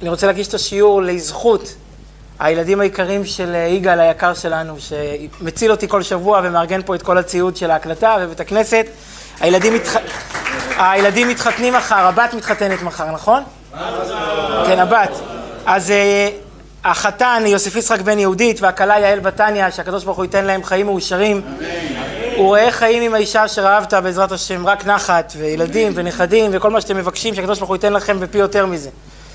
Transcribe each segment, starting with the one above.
אני רוצה להגיש את השיעור לזכות הילדים העיקרים של יגאל היקר שלנו, שמציל אותי כל שבוע ומארגן פה את כל הציוד של ההקלטה ובית הכנסת. הילדים מתחתנים מחר, הבת מתחתנת מחר, נכון? כן, הבת. אז החתן יוסף יצחק בן יהודית והכלה יעל בתניה, שהקדוש ברוך הוא ייתן להם חיים מאושרים. הוא רואה חיים עם האישה אשר אהבת, בעזרת השם, רק נחת וילדים ונכדים וכל מה שאתם מבקשים, שהקדוש ברוך הוא ייתן לכם ופי יותר מזה.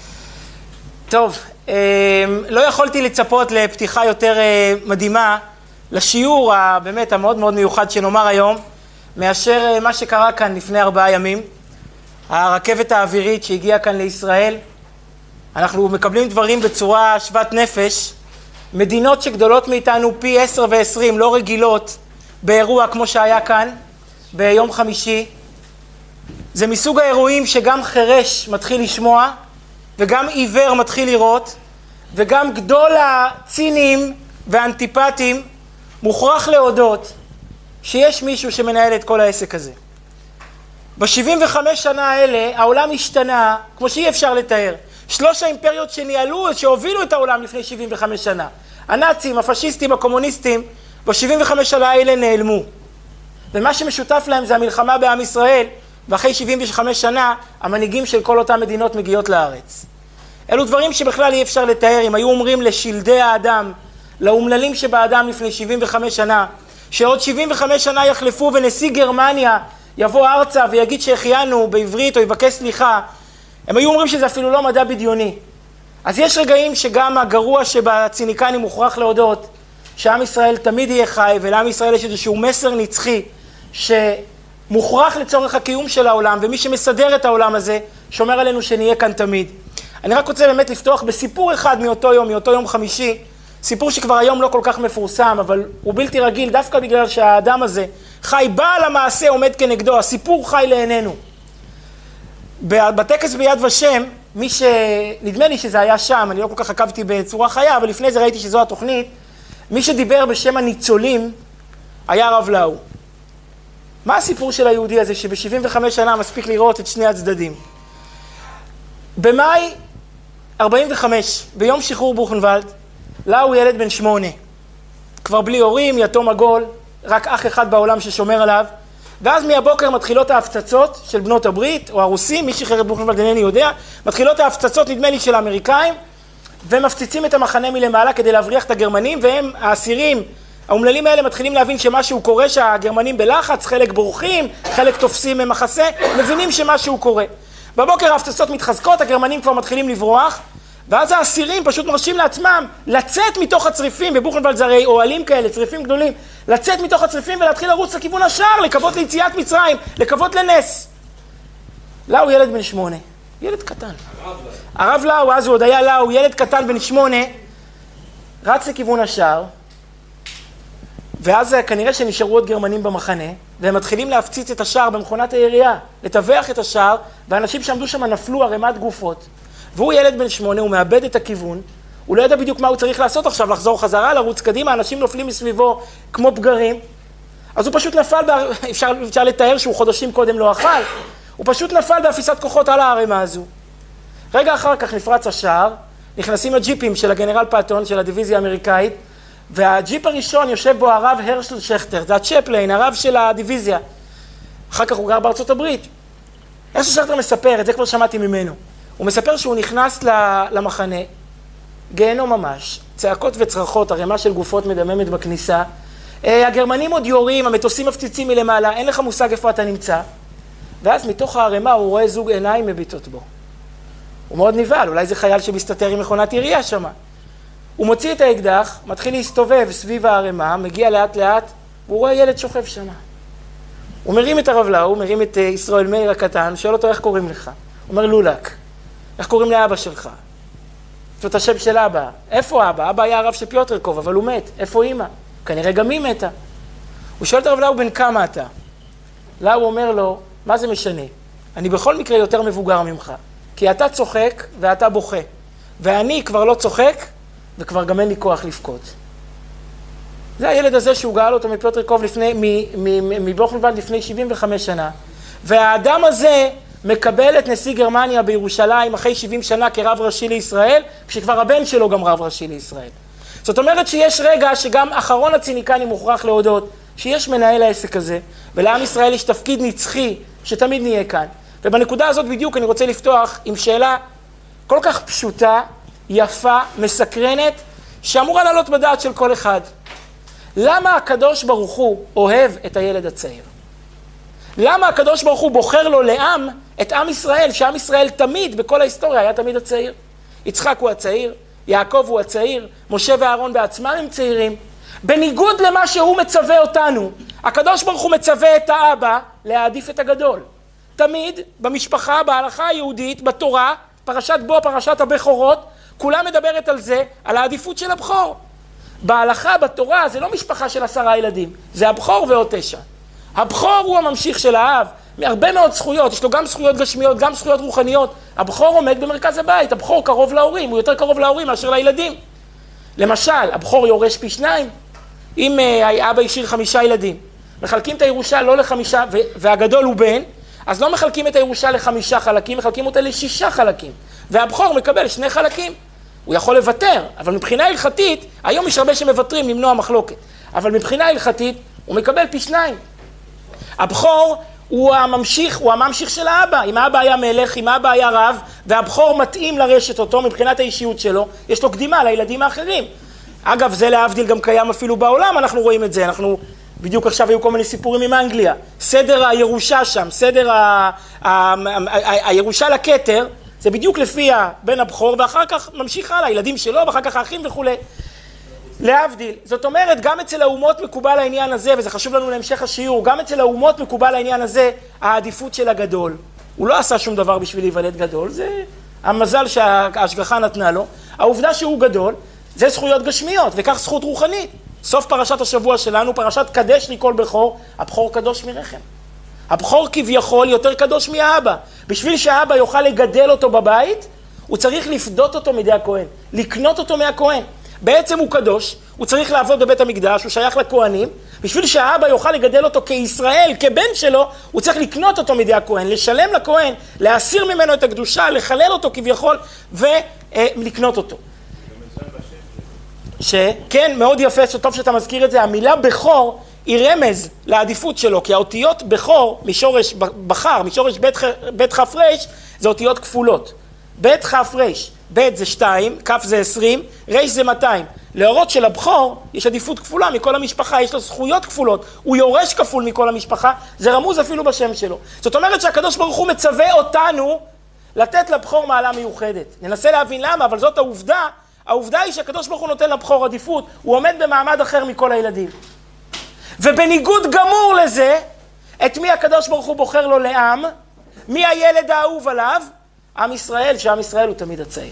טוב, לא יכולתי לצפות לפתיחה יותר מדהימה לשיעור באמת המאוד מאוד מיוחד שנאמר היום, מאשר מה שקרה כאן לפני 4 ימים, הרכבת האווירית שהגיעה כאן לישראל. אנחנו מקבלים דברים בצורה שוות נפש, מדינות שגדולות מאיתנו פי 10 ו-20 לא רגילות באירוע כמו שהיה כאן ביום חמישי. זה מסוג האירועים שגם חרש מתחיל לשמוע וגם עיוור מתחיל לראות, וגם גדול הציניים והאנטיפטים מוכרח להודות שיש מישהו שמנהל את כל העסק הזה. ב-75 שנה האלה העולם השתנה כמו שאי אפשר לתאר. 3 האימפריות שניהלו, שהובילו את העולם לפני 75 שנה, הנאצים, הפשיסטים, הקומוניסטים, ב-75 שנה האלה נעלמו. ומה שמשותף להם זה המלחמה בעם ישראל, ואחרי 75 שנה המנהיגים של כל אותם מדינות מגיעות לארץ. אלו דברים שבכלל אי אפשר לתאר. אם היו אומרים לשלדי האדם, לאומללים שבאדם לפני 75 שנה, שעוד 75 שנה יחלפו ונשיא גרמניה יבוא ארצה ויגיד שהחיינו בעברית או יבקש סליחה, הם היו אומרים שזה אפילו לא מדע בדיוני. אז יש רגעים שגם הגרוע שבציניקנים מוכרח להודות שעם ישראל תמיד יהיה חי, ולעם ישראל יש איזשהו מסר נצחי שמוכרח לצורך הקיום של העולם, ומי שמסדר את העולם הזה שומר עלינו שנהיה כאן תמיד. אני רק רוצה באמת לפתוח בסיפור אחד מאותו יום חמישי, סיפור שכבר היום לא כל כך מפורסם, אבל הוא בלתי רגיל דווקא בגלל שהאדם הזה חי, בעל המעשה עומד כנגדו, הסיפור חי לעינינו. בטקס ביד ושם, נדמה לי שזה היה שם, אני לא כל כך עקבתי בצורה חיה, אבל לפני זה ראיתי שזו התוכנית, מי שדיבר בשם הניצולים היה הרב לאו. מה הסיפור של היהודי הזה שב-75 שנה מספיק לראות את שני הצדדים? במאי 45, ביום שחרור בוכנוולד, לאו ילד בן 8, כבר בלי הורים, יתום עגול, רק אח אחד בעולם ששומר עליו, ואז מהבוקר מתחילות ההפצצות של בנות הברית, או הרוסים, מי שחרר את בוכנוולד אינני יודע, מתחילות ההפצצות נדמה לי של האמריקאים, ומפציצים את המחנה מלמעלה כדי להבריח את הגרמנים, והם, האסירים, האומללים האלה מתחילים להבין שמשהו קורה, שהגרמנים בלחץ, חלק בורחים, חלק תופסים ממחסה, מבינים שמשהו קורה. בבוקר ההפצצות מתחזקות, הגרמנים כבר מתחילים לברוח, ואז האסירים פשוט מרשים לעצמם לצאת מתוך הצריפים, בבוכנוולד זה הרי אוהלים כאלה, צריפים גדולים, לצאת מתוך הצריפים ולהתחיל לרוץ לכיוון השער, לקוות ליציאת מצרים, לקוות לנס. לאו ילד בן 8, ילד קטן. הרב לאו, אז הוא עוד היה לאו, ילד קטן בן 8, רץ לכיוון השער, ואז כנראה שנשארו עוד גרמנים במחנה, והם מתחילים להפציץ את השער במכונת הירייה, לטווח את השער, ואנשים שעמדו שם נפלו ערימת גופות. והוא ילד בן 8, הוא מאבד את הכיוון, הוא לא ידע בדיוק מה הוא צריך לעשות עכשיו, לחזור חזרה, לרוץ קדימה, אנשים נופלים מסביבו כמו פגרים, אז הוא פשוט נפל, אפשר לתאר שהוא חודשים קודם לא אכל, הוא פשוט נפל באפיסת כוחות על הערימה הזו. רגע אחר כך נפרץ השער, נכנסים הג'יפים של הגנרל פאטון, של הדיוויזיה האמריקאית, והג'יפ הראשון יושב בו הרב הרשל שכטר, זה הצ'פליין, הרב של הדיוויזיה. אחר כך הוא גר בארצות הברית. הרשל שכטר מספר, את זה כבר שמעתי ממנו. הוא מספר שהוא נכנס למחנה, גיהנום ממש, צעקות וצרחות, ערימה של גופות מדממת בכניסה. הגרמנים עוד יורים, המטוסים מפציצים מלמעלה, אין לך מושג איפה אתה נמצא. ואז מתוך הערימה הוא רואה זוג עיניים מביטות בו. הוא מאוד נבהל, אולי זה חייל שמסתתר עם מכונת ירייה שם. הוא מוציא את האקדח, מתחיל להסתובב סביב הערימה, מגיע לאט לאט, והוא רואה ילד שוכב שם. הוא מרים את הרב לאו, הוא מרים את ישראל מאיר הקטן, שואל אותו איך קוראים לך. הוא אומר לולק, איך קוראים לאבא שלך? זאת השם של אבא. איפה אבא? אבא היה הרב של פיוטרקוב, אבל הוא מת. איפה אמא? כנראה גם היא מתה. הוא שואל את הרב לאו, בן כמה אתה? לאו אומר לו, מה זה משנה? אני בכל מקרה יותר מבוגר ממך, כי אתה צוחק ואתה בוכה, ואני כבר לא צוחק וכבר גם אין לי כוח לבכות. זה הילד הזה שהוא גאל אותו מפיוטרקוב מבוכנוולד לפני 75 שנה. והאדם הזה מקבל את נשיא גרמניה בירושלים אחרי 70 שנה כרב ראשי לישראל, כשכבר הבן שלו גם רב ראשי לישראל. זאת אומרת שיש רגע שגם אחרון הציניקנים מוכרח להודות שיש מנהל העסק הזה, ולעם ישראל יש תפקיד נצחי שתמיד נהיה כאן. ובנקודה הזאת בדיוק אני רוצה לפתוח עם שאלה כל כך פשוטה, יפה, מסקרנת, שאמורה לעלות בדעת של כל אחד. למה הקדוש ברוך הוא אוהב את הילד הצעיר? למה הקדוש ברוך הוא בוחר לו לעם את עם ישראל, שעם ישראל תמיד, בכל ההיסטוריה, היה תמיד הצעיר? יצחק הוא הצעיר, יעקב הוא הצעיר, משה ואהרון בעצמם הם צעירים. בניגוד למה שהוא מצווה אותנו, הקדוש ברוך הוא מצווה את האבא להעדיף את הגדול. תמיד במשפחה, בהלכה היהודית, בתורה, פרשת בו, פרשת הבכורות, כולה מדברת על זה, על העדיפות של הבכור. בהלכה, בתורה, זה לא משפחה של 10 ילדים, זה הבכור ועוד 9. הבכור הוא הממשיך של האב, מהרבה מאוד זכויות, יש לו גם זכויות גשמיות, גם זכויות רוחניות. הבכור עומד במרכז הבית, הבכור קרוב להורים, הוא יותר קרוב להורים מאשר לילדים. למשל, הבכור יורש פי 2, אם האבא השאיר 5 ילדים, מחלקים את הירושה לא ל5, והגדול הוא בן, אז לא מחלקים את הירושה ל5 חלקים, מחלקים אותה ל6 חלקים. והבכור מקבל 2 חלקים. הוא יכול לוותר, אבל מבחינה הלכתית, היום יש הרבה שמוותרים למנוע מחלוקת, אבל מבחינה הלכתית הוא מקבל פי 2. הבכור הוא הממשיך של האבא. אם האבא היה מלך, אם האבא היה רב, והבכור מתאים לרשת אותו מבחינת האישיות שלו, יש לו קדימה לילדים האחרים. אגב, זה להבדיל גם קיים אפילו בעולם, אנחנו רואים את זה. אנחנו, בדיוק עכשיו היו כל מיני סיפורים עם אנגליה. סדר הירושה שם, סדר הירושה לכתר, זה בדיוק לפי בן הבכור, ואחר כך ממשיך הלאה, ילדים שלו, ואחר כך האחים וכו'. להבדיל. זאת אומרת, גם אצל האומות מקובל העניין הזה, וזה חשוב לנו להמשך השיעור, גם אצל האומות מקובל העניין הזה, העדיפות של הגדול. הוא לא עשה שום דבר בשביל להיוולד גדול, זה המזל שההשגחה נתנה לו. העובדה שהוא גדול, זה זכויות גשמיות, וכך זכות רוחנית. סוף פרשת השבוע שלנו, פרשת קדש לי כל בכור, הבכור קדוש מרחם. הבכור כביכול יותר קדוש מהאבא. בשביל שהאבא יוכל לגדל אותו בבית, הוא צריך לפדות אותו מידי הכהן, לקנות אותו מהכהן. בעצם הוא קדוש, הוא צריך לעבוד בבית המקדש, הוא שייך לכהנים. בשביל שהאבא יוכל לגדל אותו כישראל, כבן שלו, הוא צריך לקנות אותו מידי הכהן, לשלם לכהן, להסיר ממנו את הקדושה, לחלל אותו כביכול ולקנות אותו. שכן, מאוד יפה, שטוב שאתה מזכיר את זה, המילה בכור היא רמז לעדיפות שלו, כי האותיות בכור, משורש בחר, משורש בית חפרש, זה אותיות כפולות. בית חפרש, בית זה 2, כף זה 20, רש זה 200. להורות של הבכור יש עדיפות כפולה מכל המשפחה, יש לו זכויות כפולות, הוא יורש כפול מכל המשפחה, זה רמוז אפילו בשם שלו. זאת אומרת שהקדוש ברוך הוא מצווה אותנו לתת לבכור מעלה מיוחדת. ננסה להבין למה, אבל זאת העובדה. העובדה היא שהקדוש ברוך הוא נותן לבכור עדיפות, הוא עומד במעמד אחר מכל הילדים. ובניגוד גמור לזה, את מי הקדוש ברוך הוא בוחר לו לעם? מי הילד האהוב עליו? עם ישראל, שעם ישראל הוא תמיד הצעיר.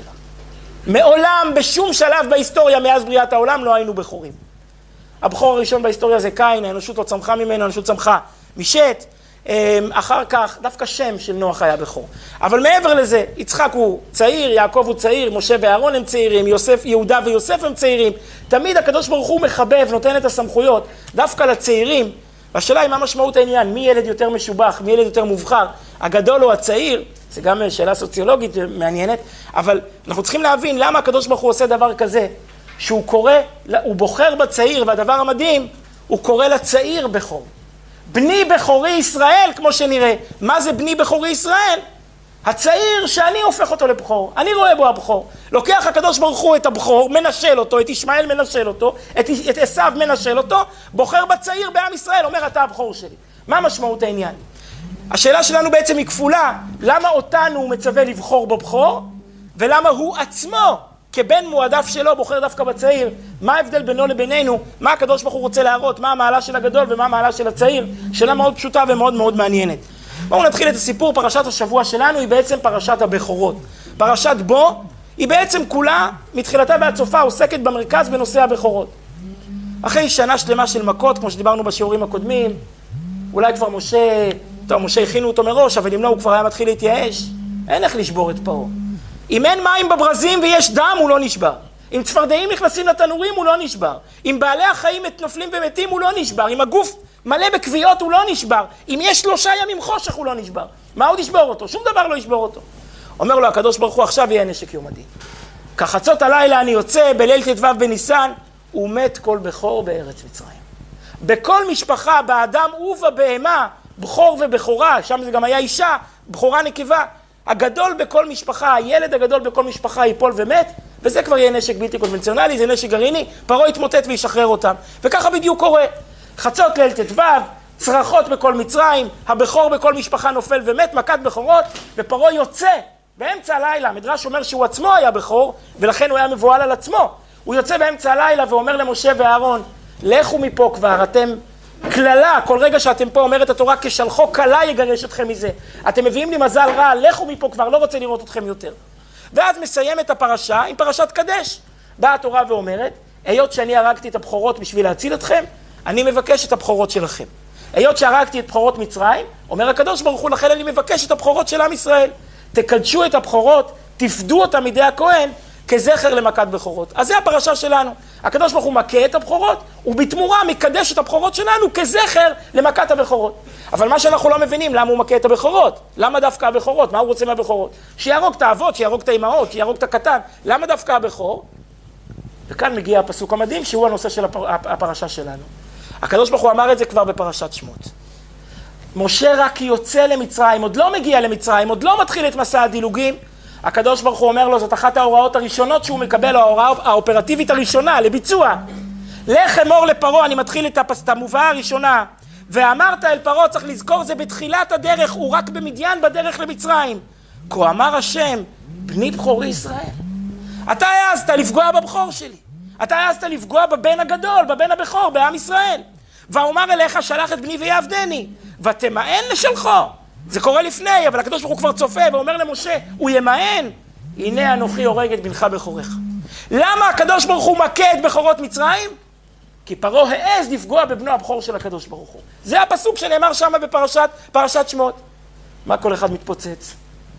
מעולם, בשום שלב בהיסטוריה, מאז בריאת העולם, לא היינו בכורים. הבכור הראשון בהיסטוריה זה קין, האנושות לא צמחה ממנו, האנושות צמחה משת. אחר כך, דווקא שם של נוח היה בכור. אבל מעבר לזה, יצחק הוא צעיר, יעקב הוא צעיר, משה ואהרון הם צעירים, יהודה ויוסף הם צעירים. תמיד הקדוש ברוך הוא מחבב, נותן את הסמכויות, דווקא לצעירים. והשאלה היא מה משמעות העניין, מי ילד יותר משובח, מי ילד יותר מובחר, הגדול או הצעיר, זה גם שאלה סוציולוגית מעניינת, אבל אנחנו צריכים להבין למה הקדוש ברוך הוא עושה דבר כזה, שהוא קורא, הוא בוחר בצעיר, והדבר המדהים, הוא קורא לצעיר בכור. בני בכורי ישראל, כמו שנראה. מה זה בני בכורי ישראל? הצעיר שאני הופך אותו לבכור, אני רואה בו הבכור. לוקח הקדוש ברוך הוא את הבכור, מנשל אותו, את ישמעאל מנשל אותו, את עשיו מנשל אותו, בוחר בצעיר בעם ישראל, אומר אתה הבכור שלי. מה משמעות העניין? השאלה שלנו בעצם היא כפולה, למה אותנו הוא מצווה לבחור בבכור, ולמה הוא עצמו כבן מועדף שלו בוחר דווקא בצעיר? מה ההבדל בינו לבינינו? מה הקדוש ברוך הוא רוצה להראות? מה המעלה של הגדול ומה המעלה של הצעיר? שאלה מאוד פשוטה ומאוד מאוד מעניינת. בואו נתחיל את הסיפור. פרשת השבוע שלנו היא בעצם פרשת הבכורות. פרשת בו היא בעצם כולה מתחילתה ועד סופה עוסקת במרכז בנושא הבכורות. אחרי שנה שלמה של מכות, כמו שדיברנו בשיעורים הקודמים, אולי כבר משה הכינו אותו מראש, אבל אם לא הוא כבר היה מתחיל להתייאש. אין איך לשבור את פרעה. אם אין מים בברזים ויש דם, הוא לא נשבר. אם צפרדעים נכנסים לתנורים, הוא לא נשבר. אם בעלי החיים נופלים ומתים, הוא לא נשבר. אם הגוף מלא בקביעות הוא לא נשבר. אם יש 3 ימים חושך הוא לא נשבר. מה עוד ישבור אותו? שום דבר לא ישבור אותו. אומר לו הקדוש ברוך הוא, עכשיו יהיה נשק יום הדין. כחצות הלילה אני יוצא, בליל ט"ו בניסן, ומת כל בכור בארץ מצרים. בכל משפחה, באדם ובבהמה, בכור ובכורה, שם זה גם היה אישה, בכורה נקבה. הגדול בכל משפחה, הילד הגדול בכל משפחה ייפול ומת, וזה כבר יהיה נשק בלתי קונבנציונלי, זה נשק גרעיני, פרעה יתמוטט וישחרר אותם. וככה בדיוק קורה. חצות ליל ט"ו, צרחות בכל מצרים, הבכור בכל משפחה נופל ומת, מכת בכורות, ופרעה יוצא באמצע הלילה. המדרש אומר שהוא עצמו היה בכור, ולכן הוא היה מבועל על עצמו. הוא יוצא באמצע הלילה ואומר למשה ואהרון, לכו מפה כבר, אתם כללה, כל רגע שאתם פה אומרת התורה, כשלחו כלה יגרש אתכם מזה. אתם מביאים לי מזל רע, לכו מפה כבר, לא רוצה לראות אתכם יותר. ואז מסיים את הפרשה עם פרשת קדש. באה התורה ואומרת, היות שאני הרגתי את הבכורות בשביל להציל אתכם, אני מבקש את הבכורות שלכם. היות שהרגתי את בכורות מצרים, אומר הקדוש ברוך הוא, לכן אני מבקש את הבכורות של עם ישראל. תקדשו את הבכורות, תפדו אותה מידי הכהן, כזכר למכת בכורות. אז זה הפרשה שלנו. הקדוש ברוך הוא מכה את הבכורות, ובתמורה מקדש את הבכורות שלנו כזכר למכת הבכורות. אבל מה שאנחנו לא מבינים, למה הוא מכה את הבכורות? למה דווקא הבכורות? מה הוא רוצה מהבכורות? שיהרוג את האבות, שיהרוג את האימהות, שיהרוג את הקטן. למה דווקא הבכור? וכאן מגיע הפסוק המדהים, שהוא הנושא של הפרשה שלנו. הקדוש ברוך הוא אמר את זה כבר בפרשת שמות. משה רק יוצא למצרים, עוד לא מגיע למצרים, עוד לא מתחיל את מסע הדילוגים. הקדוש ברוך הוא אומר לו, זאת אחת ההוראות הראשונות שהוא מקבל, ההוראה האופרטיבית הראשונה, לביצוע. לך אמור לפרעה, אני מתחיל את המובאה הראשונה. ואמרת אל פרעה, צריך לזכור, זה בתחילת הדרך, הוא רק במדיין בדרך למצרים. כה אמר השם, בני בכורי ישראל. אתה העזת לפגוע בבכור שלי. אתה העזת לפגוע בבן הגדול, בבן הבכור, בעם ישראל. ואומר אליך, שלח את בני ויעבדני, ותמאן לשלחו. זה קורה לפני, אבל הקדוש ברוך הוא כבר צופה ואומר למשה, הוא ימאן, הנה אנוכי הורג את בנך בכורך. למה הקדוש ברוך הוא מכה את בכורות מצרים? כי פרעה העז לפגוע בבנו הבכור של הקדוש ברוך הוא. זה הפסוק שנאמר שם בפרשת שמות. מה כל אחד מתפוצץ?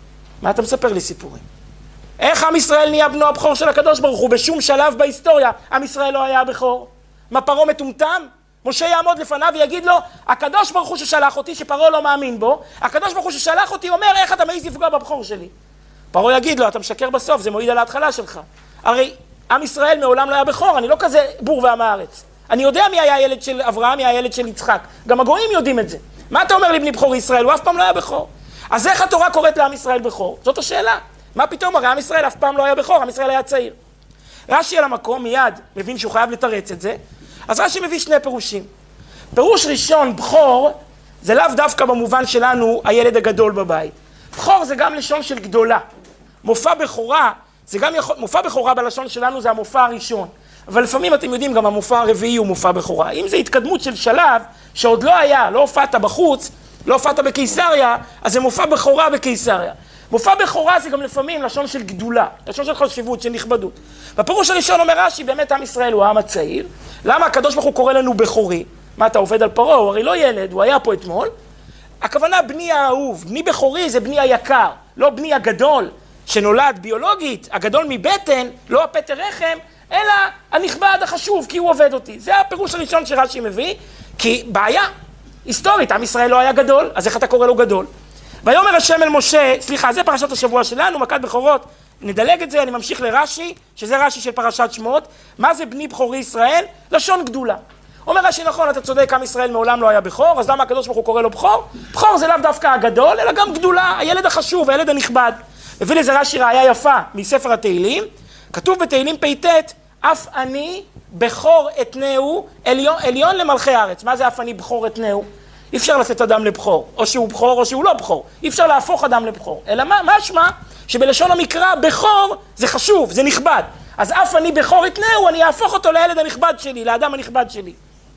מה אתה מספר לי סיפורים? איך עם ישראל נהיה בנו הבכור של הקדוש ברוך הוא? בשום שלב בהיסטוריה עם ישראל לא היה הבכור. מה, פרעה מטומטם? משה יעמוד לפניו ויגיד לו, הקדוש ברוך הוא ששלח אותי, שפרעה לא מאמין בו, הקדוש ברוך הוא ששלח אותי אומר, איך אתה מעז לפגוע בבכור שלי? פרעה יגיד לו, אתה משקר בסוף, זה מועיד על ההתחלה שלך. הרי עם ישראל מעולם לא היה בכור, אני לא כזה בור ועם הארץ. אני יודע מי היה הילד של אברהם, מי היה הילד של יצחק. גם הגויים יודעים את זה. מה אתה אומר לבני בכור ישראל? הוא אף פעם לא היה בכור. אז איך התורה קוראת לעם ישראל בכור? זאת השאלה. מה פתאום? הרי עם ישראל אף פעם לא היה בכור, עם ישראל היה צעיר. רש"י על המקום מיד מבין שהוא חייב לתרץ את זה. אז רש"י מביא 2 פירושים. פירוש ראשון, בכור, זה לאו דווקא במובן שלנו הילד הגדול בבית. בכור זה גם לשון של גדולה. מופע בכורה, זה גם מופע בכורה בלשון שלנו זה המופע הראשון. אבל לפעמים אתם יודעים גם המופע הרביעי הוא מופע בכורה. אם זה התקדמות של שלב שעוד לא היה, לא הופעת בחוץ, לא הופעת בקיסריה, אז זה מופע בכורה בקיסריה. מופע בכורה זה גם לפעמים לשון של גדולה, לשון של חשיבות, של נכבדות. בפירוש הראשון אומר רש"י, באמת עם ישראל הוא העם הצעיר. למה הקדוש ברוך הוא קורא לנו בכורי? מה, אתה עובד על פרעה? הוא הרי לא ילד, הוא היה פה אתמול. הכוונה בני האהוב, בני בכורי זה בני היקר, לא בני הגדול שנולד ביולוגית, הגדול מבטן, לא הפטר רחם, אלא הנכבד החשוב, כי הוא עובד אותי. זה הפירוש הראשון שרש"י מביא, כי בעיה היסטורית, עם ישראל לא היה גדול, אז איך אתה קורא לו גדול? ויאמר השם אל משה, סליחה, זה פרשת השבוע שלנו, מכת בכורות, נדלג את זה, אני ממשיך לרש"י, שזה רש"י של פרשת שמות. מה זה בני בכורי ישראל? לשון גדולה. אומר רש"י, נכון, אתה צודק, עם ישראל מעולם לא היה בכור, אז למה הקדוש ברוך הוא קורא לו בכור? בכור זה לאו דווקא הגדול, אלא גם גדולה, הילד החשוב, הילד הנכבד. מביא לזה רש"י ראיה יפה מספר התהילים, כתוב בתהילים פ"ט, אף אני בכור אתנהו, עליון למלכי הארץ. מה זה אף אני בכור אתנהו? אי אפשר לתת אדם לבכור, או שהוא בכור או שהוא לא בכור. אי אפשר להפוך אדם לבכור. אלא מה שמה? שבלשון המקרא בכור זה חשוב, זה נכבד. אז אף אני בכור אתנהו, אני אהפוך אותו לילד הנכבד שלי, לאדם הנכבד שלי.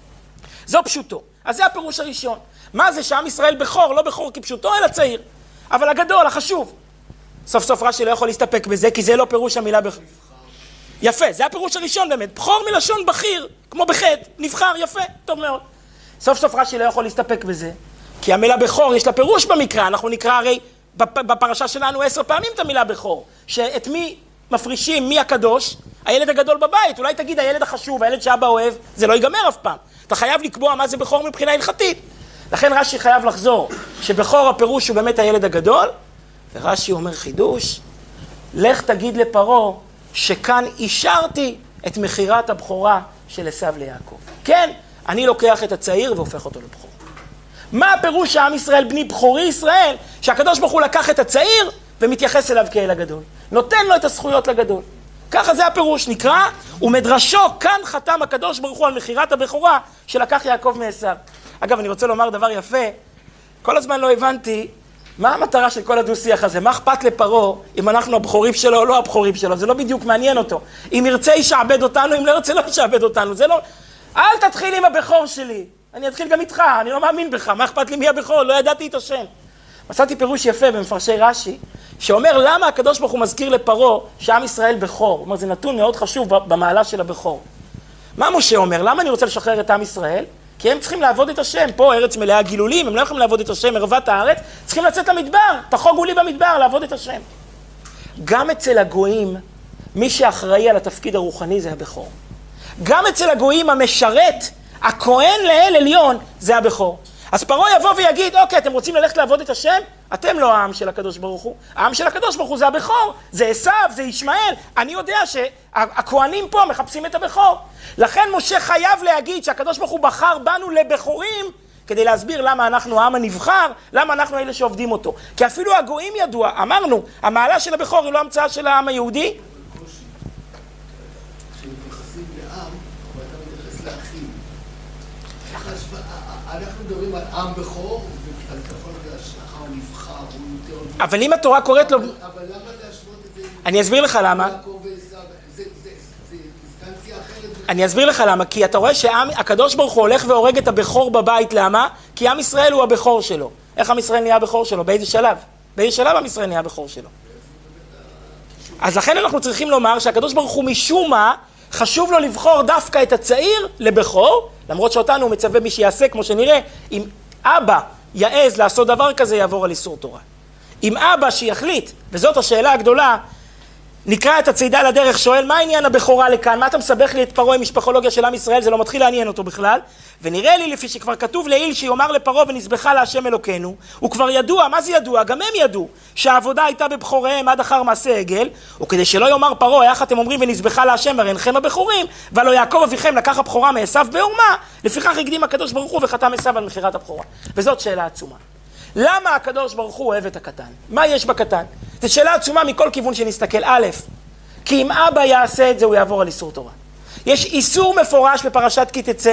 זו פשוטו. אז זה הפירוש הראשון. מה זה שעם ישראל בכור, לא בכור כפשוטו, אלא צעיר. אבל הגדול, החשוב. סוף סוף רש"י לא יכול להסתפק בזה, כי זה לא פירוש המילה בכור. יפה, זה הפירוש הראשון באמת. בכור מלשון בכיר, כמו בחטא, נבחר, יפה, טוב מאוד. סוף סוף רש"י לא יכול להסתפק בזה, כי המילה בכור יש לה פירוש במקרא, אנחנו נקרא הרי בפרשה שלנו 10 פעמים את המילה בכור, שאת מי מפרישים מי הקדוש? הילד הגדול בבית. אולי תגיד הילד החשוב, הילד שאבא אוהב, זה לא ייגמר אף פעם. אתה חייב לקבוע מה זה בכור מבחינה הלכתית. לכן רש"י חייב לחזור, שבכור הפירוש הוא באמת הילד הגדול, ורש"י אומר חידוש, לך תגיד לפרעה שכאן אישרתי את מחירת הבכורה של עשיו ליעקב. כן, אני לוקח את הצעיר והופך אותו לבכור. מה הפירוש שעם ישראל בני בכורי ישראל? שהקדוש ברוך הוא לקח את הצעיר ומתייחס אליו כאל הגדול. נותן לו את הזכויות לגדול. ככה זה הפירוש, נקרא, ומדרשו כאן חתם הקדוש ברוך הוא על מחירת הבכורה שלקח יעקב מעשיו. אגב, אני רוצה לומר דבר יפה, כל הזמן לא הבנתי מה המטרה של כל הדו-שיח הזה, מה אכפת לפרעה אם אנחנו הבכורים שלו או לא הבכורים שלו, זה לא בדיוק מעניין אותו. אם ירצה ישעבד אותנו, אם לא ירצה לא ישעבד אותנו, זה לא... אל תתחיל עם הבכור שלי, אני אתחיל גם איתך, אני לא מאמין בך, מה אכפת לי מי הבכור, לא ידעתי את השם. מצאתי פירוש יפה במפרשי רש"י, שאומר למה הקדוש ברוך הוא מזכיר לפרעה שעם ישראל בכור. הוא אומר, זה נתון מאוד חשוב במעלה של הבכור. מה משה אומר? למה אני רוצה לשחרר את עם ישראל? כי הם צריכים לעבוד את השם. פה ארץ מלאה גילולים, הם לא יכולים לעבוד את השם, ערוות הארץ, צריכים לצאת למדבר, תחוגו לי במדבר, לעבוד את השם. גם אצל הגויים, מי שאחראי על התפקיד הרוחני זה הבכור. גם אצל הגויים המשרת, הכהן לאל עליון, זה הבכור. אז פרעה יבוא ויגיד, אוקיי, אתם רוצים ללכת לעבוד את השם? אתם לא העם של הקדוש ברוך הוא. העם של הקדוש ברוך הוא זה הבכור, זה עשיו, זה ישמעאל. אני יודע שהכהנים פה מחפשים את הבכור. לכן משה חייב להגיד שהקדוש ברוך הוא בחר בנו לבכורים, כדי להסביר למה אנחנו העם הנבחר, למה אנחנו אלה שעובדים אותו. כי אפילו הגויים ידוע, אמרנו, המעלה של הבכור היא לא המצאה של העם היהודי. כשמתייחסים לעם, אבל אתה מתייחס לאחים. אנחנו מדברים על עם בכור, ועל כפול ההשלכה הוא נבחר, הוא יותר... אבל אם התורה קוראת לו... אבל למה להשוות את זה... אני אסביר לך למה. זה אינסטנציה אחרת. אני אסביר לך למה, כי אתה רואה שהקדוש ברוך הוא הולך והורג את הבכור בבית, למה? כי עם ישראל הוא הבכור שלו. איך עם ישראל נהיה הבכור שלו? באיזה שלב? באיזה שלב עם ישראל נהיה הבכור שלו? אז לכן אנחנו צריכים לומר שהקדוש ברוך הוא משום מה חשוב לו לבחור דווקא את הצעיר לבכור, למרות שאותנו הוא מצווה מי שיעשה, כמו שנראה, אם אבא יעז לעשות דבר כזה, יעבור על איסור תורה. אם אבא שיחליט, וזאת השאלה הגדולה, נקרא את הצידה לדרך, שואל, מה העניין הבכורה לכאן? מה אתה מסבך לי את פרעה עם משפחולוגיה של עם ישראל? זה לא מתחיל לעניין אותו בכלל. ונראה לי, לפי שכבר כתוב לעיל שיאמר לפרעה ונזבחה להשם אלוקינו, הוא כבר ידוע, מה זה ידוע? גם הם ידעו שהעבודה הייתה בבכוריהם עד אחר מעשה עגל, וכדי שלא יאמר פרעה, איך אתם אומרים ונזבחה להשם, הרי אינכם הבכורים, ולא יעקב אביכם לקח הבכורה מעשיו בעורמה, לפיכך הקדים הקדוש ברוך הוא וחתם עשיו על מחירת הבכורה. וזאת שאלה עצומה. למה הקדוש ברוך הוא אוהב את הקטן? מה יש בקטן? זו שאלה עצומה מכל כיוון שנסתכל. א', כי אם אבא יעשה את זה, הוא יעבור על איסור תורה. יש איסור מפורש בפרשת כי תצא,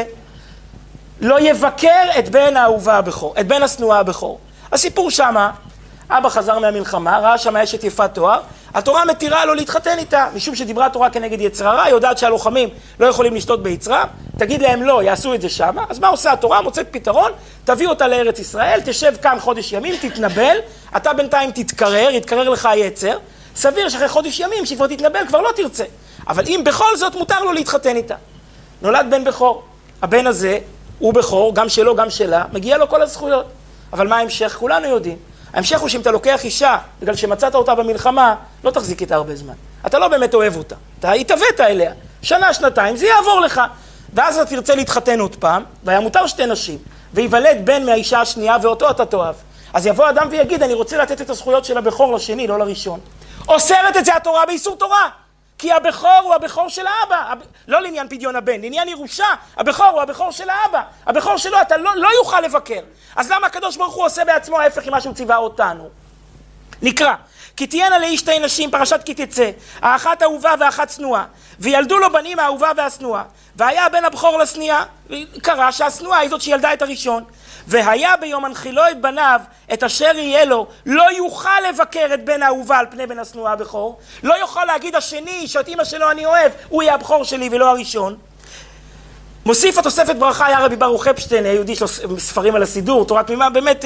לא יבקר את בן האהובה הבכור, את בן השנואה הבכור. הסיפור שמה, אבא חזר מהמלחמה, ראה שמה אשת יפת תואר, התורה מתירה לו להתחתן איתה, משום שדיברה התורה כנגד יצרה רע, היא יודעת שהלוחמים לא יכולים לשתות ביצרה, תגיד להם לא, יעשו את זה שמה, אז מה עושה התורה? מוצאת פתרון, תביא אותה לארץ ישראל, תשב כאן חודש ימים, תתנבל, אתה בינתיים תתקרר, יתקרר לך היצר, סביר שאחרי חודש ימים שכבר תתנבל כבר לא תרצה, אבל אם בכל זאת מותר לו להתחתן איתה. נולד בן בכור, הבן הזה הוא בכור, גם שלו גם שלה, מגיע לו כל הזכויות, אבל מה ההמשך? כולנו יודעים. ההמשך הוא שאם אתה לוקח אישה, בגלל שמצאת אותה במלחמה, לא תחזיק איתה הרבה זמן. אתה לא באמת אוהב אותה. אתה התאבאת אליה. שנה, שנתיים, זה יעבור לך. ואז אתה תרצה להתחתן עוד פעם, והיה מותר שתי נשים, ויוולד בן מהאישה השנייה, ואותו אתה תאהב. אז יבוא אדם ויגיד, אני רוצה לתת את הזכויות של הבכור לשני, לא לראשון. אוסרת את זה התורה באיסור תורה. כי הבכור הוא הבכור של האבא, לא לעניין פדיון הבן, לעניין ירושה, הבכור הוא הבכור של האבא, הבכור שלו אתה לא יוכל לבקר. אז למה הקדוש ברוך הוא עושה בעצמו ההפך ממה שהוא ציווה אותנו? נקרא, כי תהיינה לאיש שתי נשים, פרשת כי תצא, האחת אהובה והאחת שנואה, וילדו לו בנים האהובה והשנואה, והיה בן הבכור לשניאה, וקרא שהשנואה היא זאת שילדה את הראשון, והיה ביום הנחילו את בניו, את אשר יהיה לו, לא יוכל לבקר את בן האהובה על פני בן השנואה הבכור, לא יוכל להגיד השני, שאת אמא שלו אני אוהב, הוא יהיה הבכור שלי ולא הראשון. מוסיף התוספת ברכה היה רבי ברוך אפשטיין, היהודי שלו ספרים על הסידור, תורה תמימה, באמת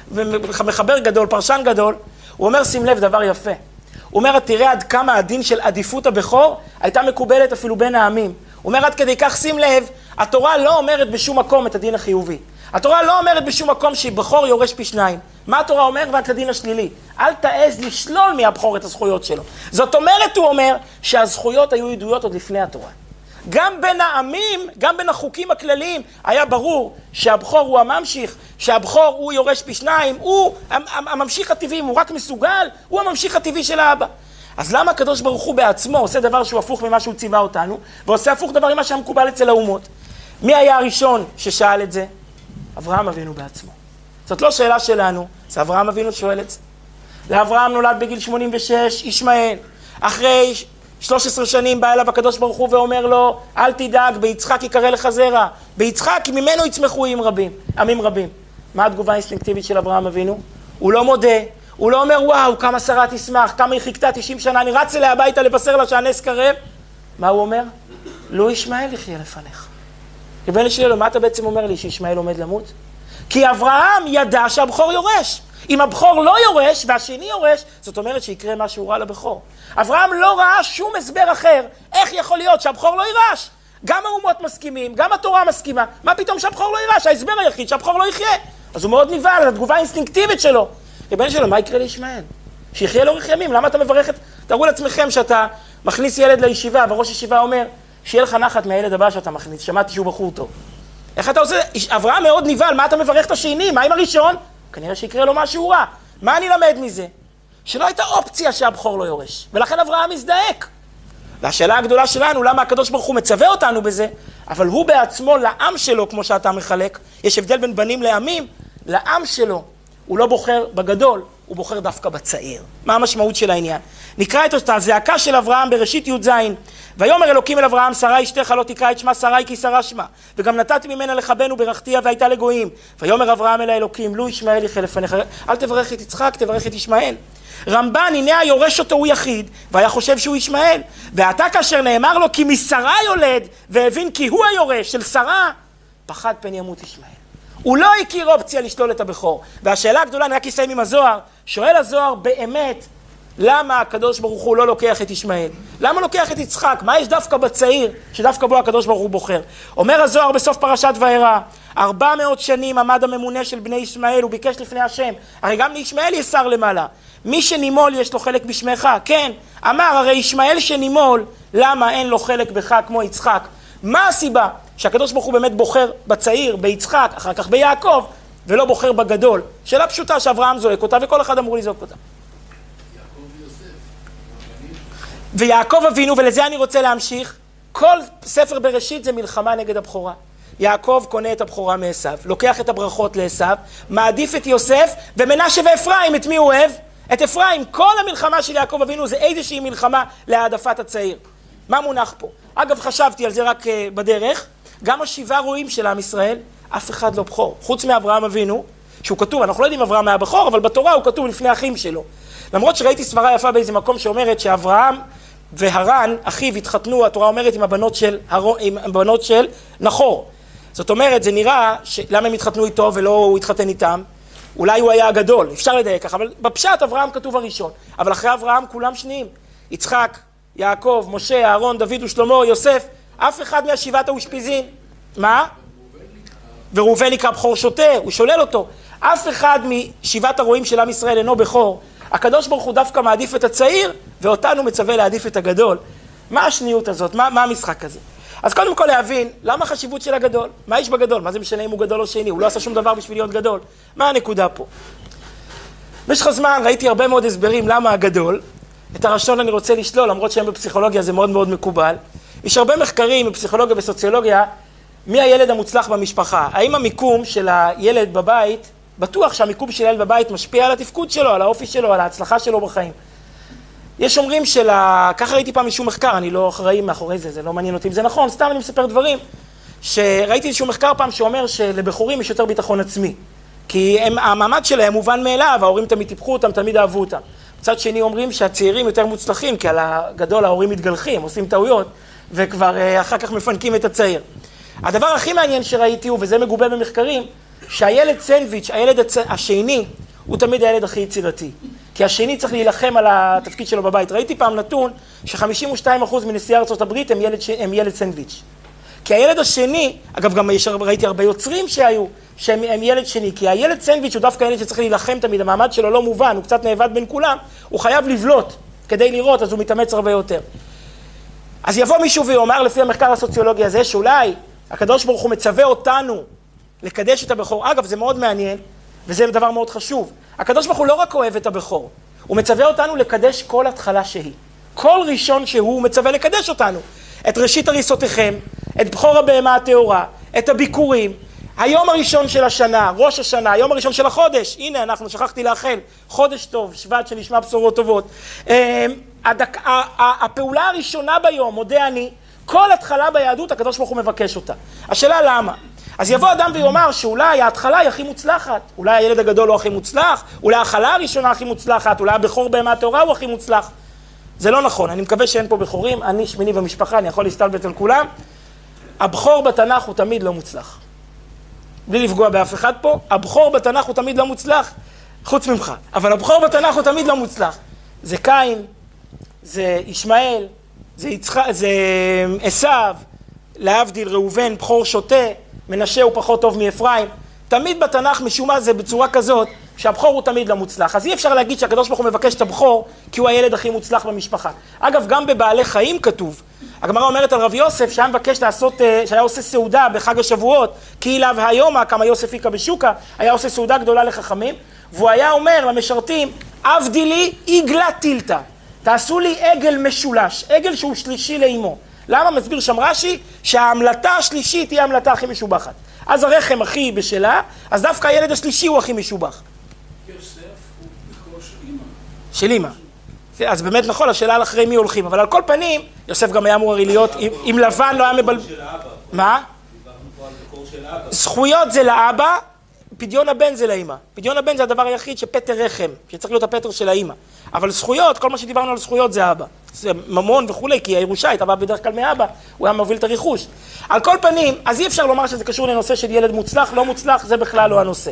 מחבר גדול, פרשן גדול, הוא אומר שים לב דבר יפה, הוא אומר תראה עד כמה הדין של עדיפות הבכור הייתה מקובלת אפילו בין העמים, הוא אומר עד כדי כך שים לב, התורה לא אומרת בשום מקום את הדין החיובי, התורה לא אומרת בשום מקום שבכור יורש פי שניים. מה התורה אומר? רק הדין השלילי. אל תעז לשלול מהבכור את הזכויות שלו. זאת אומרת, הוא אומר שהזכויות היו ידועות עוד לפני התורה. גם בין העמים, גם בין החוקים הכלליים, היה ברור שהבכור הוא הממשיך, שהבכור הוא יורש פי שניים, הוא הממשיך הטבעי, הוא רק מסוגל, הוא הממשיך הטבעי של האבא. אז למה הקדוש ברוך הוא בעצמו עושה דבר שהוא הפוך ממה שהוא ציווה אותנו, ועושה הפוך דבר ממה שהמקובל אצל האומות? מי היה הראשון ששאל את זה? אברהם אבינו בעצמו. זאת לא שאלה שלנו, זה אברהם אבינו שואל את זה. לאברהם נולד בגיל 86 ישמעאל. אחרי 13 שנים בא אליו הקדוש ברוך הוא ואומר לו, אל תדאג, ביצחק יקרא לך זרע. ביצחק ממנו יצמחו עמים רבים. מה התגובה האינסטינקטיבית של אברהם אבינו? הוא לא מודה, הוא לא אומר, וואו, כמה שרה תשמח, כמה היא חיכתה 90 שנה, אני רץ אליה הביתה לבשר לה שהנס קרב. מה הוא אומר? לא ישמעאל יחיה לפניך. ריבונו של עולם, מה אתה בעצם אומר לי שישמעאל עומד למות? כי אברהם ידע שהבכור יורש. אם הבכור לא יורש והשני יורש, זאת אומרת שיקרה משהו רע לבכור. אברהם לא ראה שום הסבר אחר. איך יכול להיות שהבכור לא יירש? גם האומות מסכימים, גם התורה מסכימה. מה פתאום שהבכור לא יירש? ההסבר היחיד שהבכור לא יחיה. אז הוא מאוד נבהל, זו התגובה האינסטינקטיבית שלו. ריבונו של עולם, מה יקרה לישמעאל? שיחיה לאורך ימים. למה אתה מברך את... תראו לעצמכם שאתה מכניס ילד לישיבה, וראש ישיבה אומר, שיהיה לך נחת מהילד הבא שאתה מכניס. שמעתי שהוא בחור טוב. איך אתה עושה? אברהם מאוד נבהל, מה אתה מברך את השני? מה עם הראשון? כנראה שיקרה לו משהו רע. מה אני למד מזה? שלא הייתה אופציה שהבכור לא יורש. ולכן אברהם מזדעק. והשאלה הגדולה שלנו, למה הקדוש ברוך הוא מצווה אותנו בזה, אבל הוא בעצמו לעם שלו, כמו שאתה מחלק, יש הבדל בין בנים לעמים, לעם שלו, הוא לא בוחר בגדול, הוא בוחר דווקא בצעיר. מה המשמעות של העניין? נקרא את הזעקה של אברהם בראשית י"ז. ויאמר אלוקים אל אברהם, שרה אשתך לא תקרא את שמה שרי כי שרה שמה, וגם נתתי ממנה לך בן וברכתיה והייתה לגויים. ויאמר אברהם אל האלוקים, לו ישמעאל יחיה לפניך. אל תברך את יצחק, תברך את ישמעאל. רמב"ן, הנה היורש אותו הוא יחיד, והיה חושב שהוא ישמעאל. ועתה כאשר נאמר לו כי משרה יולד, והבין כי הוא היורש של שרה, פחד פן ימות ישמעאל. הוא לא הכיר אופציה לשלול את הבכור. והשאלה הגדולה, אני רק אסיים עם הזוהר, שואל הזוהר באמת, למה הקדוש ברוך הוא לא לוקח את ישמעאל? למה לוקח את יצחק? מה יש דווקא בצעיר שדווקא בו הקדוש ברוך הוא בוחר? אומר הזוהר בסוף פרשת וירא, 400 שנים עמד הממונה של בני ישמעאל, הוא ביקש לפני השם. הרי גם לישמעאל יש שר למעלה. מי שנימול יש לו חלק בשמך. כן, אמר, הרי ישמעאל שנימול, למה אין לו חלק בך כמו יצחק? מה הסיבה? שהקדוש ברוך הוא באמת בוחר בצעיר, ביצחק, אחר כך ביעקב, ולא בוחר בגדול. שאלה פשוטה שאברהם זועק אותה, וכל אחד אמור לזעוק אותה. ויעקב אבינו, ולזה אני רוצה להמשיך, כל ספר בראשית זה מלחמה נגד הבכורה. יעקב קונה את הבכורה מעשיו, לוקח את הברכות לעשיו, מעדיף את יוסף, ומנשה ואפרים, את מי הוא אוהב? את אפרים. כל המלחמה של יעקב אבינו זה איזושהי מלחמה להעדפת הצעיר. מה מונח פה? אגב, חשבתי על זה רק בדרך, גם השבעה רועים של עם ישראל, אף אחד לא בכור. חוץ מאברהם אבינו, שהוא כתוב, אנחנו לא יודעים אברהם היה בכור, אבל בתורה הוא כתוב לפני אחים שלו. למרות שראיתי סברה יפה באיזה מקום שאומרת שאברהם והרן, אחיו, התחתנו, התורה אומרת, עם הבנות של נחור. זאת אומרת, זה נראה, למה הם התחתנו איתו ולא הוא התחתן איתם? אולי הוא היה הגדול, אפשר לדייק ככה, אבל בפשט אברהם כתוב הראשון. אבל אחרי אברהם כולם שניים. יצחק, יעקב, משה, אהרון, דוד ושלמה, יוסף, אף אחד מהשבעת האושפיזין. מה? וראובן נקרא בכור שוטה, הוא שולל אותו. אף אחד משבעת הרועים של עם ישראל אינו בכור. הקדוש ברוך הוא דווקא מעדיף את הצעיר, ואותנו מצווה להעדיף את הגדול. מה השניות הזאת? מה המשחק הזה? אז קודם כל להבין, למה החשיבות של הגדול? מה יש בגדול? מה זה משנה אם הוא גדול או שני? הוא לא עשה שום דבר בשביל להיות גדול. מה הנקודה פה? במשך הזמן ראיתי הרבה מאוד הסברים למה הגדול. את הראשון אני רוצה לשלול, למרות שהם בפסיכולוגיה זה מאוד מאוד מקובל. יש הרבה מחקרים בפסיכולוגיה וסוציולוגיה, מי הילד המוצלח במשפחה? האם המיקום של הילד בבית, בטוח שהמיקום של הילד בבית משפיע על התפקוד שלו, על האופי שלו, על ההצלחה שלו בחיים. יש אומרים ככה ראיתי פעם איזשהו מחקר, אני לא אחראי מאחורי זה, זה לא מעניין אותי אם זה נכון, סתם אני מספר דברים, שראיתי איזשהו מחקר פעם שאומר שלבחורים יש יותר ביטחון עצמי, כי המעמד שלהם מובן מאליו, ההורים תמיד טיפחו אותם, תמיד אהבו אותם. מצד שני אומרים שהצעירים יותר מוצלחים, כי על הגדול ההורים מתגלחים, עושים טעויות, וכבר אחר כך מפנקים את הצעיר. הדבר הכי מעניין שראיתי הוא, וזה מגובה במחקרים, שהילד סנדוויץ', הילד השני, הוא תמיד הילד הכי יצירתי. כי השני צריך להילחם על התפקיד שלו בבית. ראיתי פעם נתון ש52% מנשיאי ארצות הברית הם ילד סנדוויץ'. כי הילד השני, אגב גם ראיתי הרבה יוצרים שהיו, שהם ילד שני, כי הילד סנדוויץ' הוא דווקא ילד שצריך להילחם תמיד, המעמד שלו לא מובן, הוא קצת נאבד בין כולם, הוא חייב לבלוט כדי לראות, אז הוא מתאמץ הרבה יותר. אז יבוא מישהו ויאמר לפי המחקר הסוציולוגי הזה, שאולי הקדוש ברוך הוא מצווה אותנו לקדש את הבכור. אגב, זה מאוד מעניין, וזה דבר מאוד חשוב. הקדוש ברוך הוא לא רק אוהב את הבכור, הוא מצווה אותנו לקדש כל התחלה שהיא. כל ראשון שהוא מצווה לקדש אותנו. את ראשית הריסותיכם, את בכור הבהמה הטהורה, את הביקורים, היום הראשון של השנה, ראש השנה, היום הראשון של החודש, הנה אנחנו שכחתי לאחל, חודש טוב, שבט שנשמע בשורות טובות. הפעולה הראשונה ביום, מודה אני, כל התחלה ביהדות הקדוש ברוך הוא מבקש אותה. השאלה למה? אז יבוא אדם ויאמר שאולי ההתחלה היא הכי מוצלחת, אולי הילד הגדול הוא הכי מוצלח, אולי ההתחלה הראשונה הכי מוצלחת, אולי הבכור בהמה הטהורה הוא הכי מוצלח. זה לא נכון, אני מקווה שאין פה בכורים, אני שמיני במשפחה, אני יכול להסתלבט על כולם. הבכור בתנ"ך הוא תמיד לא מוצלח. בלי לפגוע באף אחד פה, הבכור בתנ"ך הוא תמיד לא מוצלח, חוץ ממך. אבל הבכור בתנ"ך הוא תמיד לא מוצלח. זה קין, זה ישמעאל, זה עשיו, להבדיל ראובן, בכור שוטה, מנשה הוא פחות טוב מאפרים. תמיד בתנ"ך משום מה זה בצורה כזאת, שהבכור הוא תמיד לא מוצלח. אז אי אפשר להגיד שהקדוש ברוך הוא מבקש את הבכור, כי הוא הילד הכי מוצלח במשפחה. אגב, גם בבעלי חיים כתוב. הגמרא אומרת על רב יוסף שהיה מבקש לעשות, שהיה עושה סעודה בחג השבועות, כי אליו היומה, כמה יוסף היקה בשוקה, היה עושה סעודה גדולה לחכמים, והוא היה אומר למשרתים, עבדי לי עגלה טילתא, תעשו לי עגל משולש, עגל שהוא שלישי לאמו. למה? מסביר שם רש"י שההמלטה השלישית היא ההמלטה הכי משובחת. אז הרחם הכי בשלה, אז דווקא הילד השלישי הוא הכי משובח. יוסף הוא בכור של אמא. של אמא. אז באמת נכון, השאלה על אחרי מי הולכים, אבל על כל פנים, יוסף גם היה אמור להיות, אם לבן לא היה מבלבל... מה? דיברנו פה על בכור של אבא. זכויות זה לאבא, פדיון הבן זה לאמא. פדיון הבן זה הדבר היחיד שפטר רחם, שצריך להיות הפטר של האמא. אבל זכויות, כל מה שדיברנו על זכויות זה אבא. זה ממון וכולי, כי הירושה הייתה באה בדרך כלל מאבא, הוא היה מוביל את הרכוש. על כל פנים, אז אי אפשר לומר שזה קשור לנושא של ילד מוצלח, לא מוצלח, זה בכלל לא הנושא.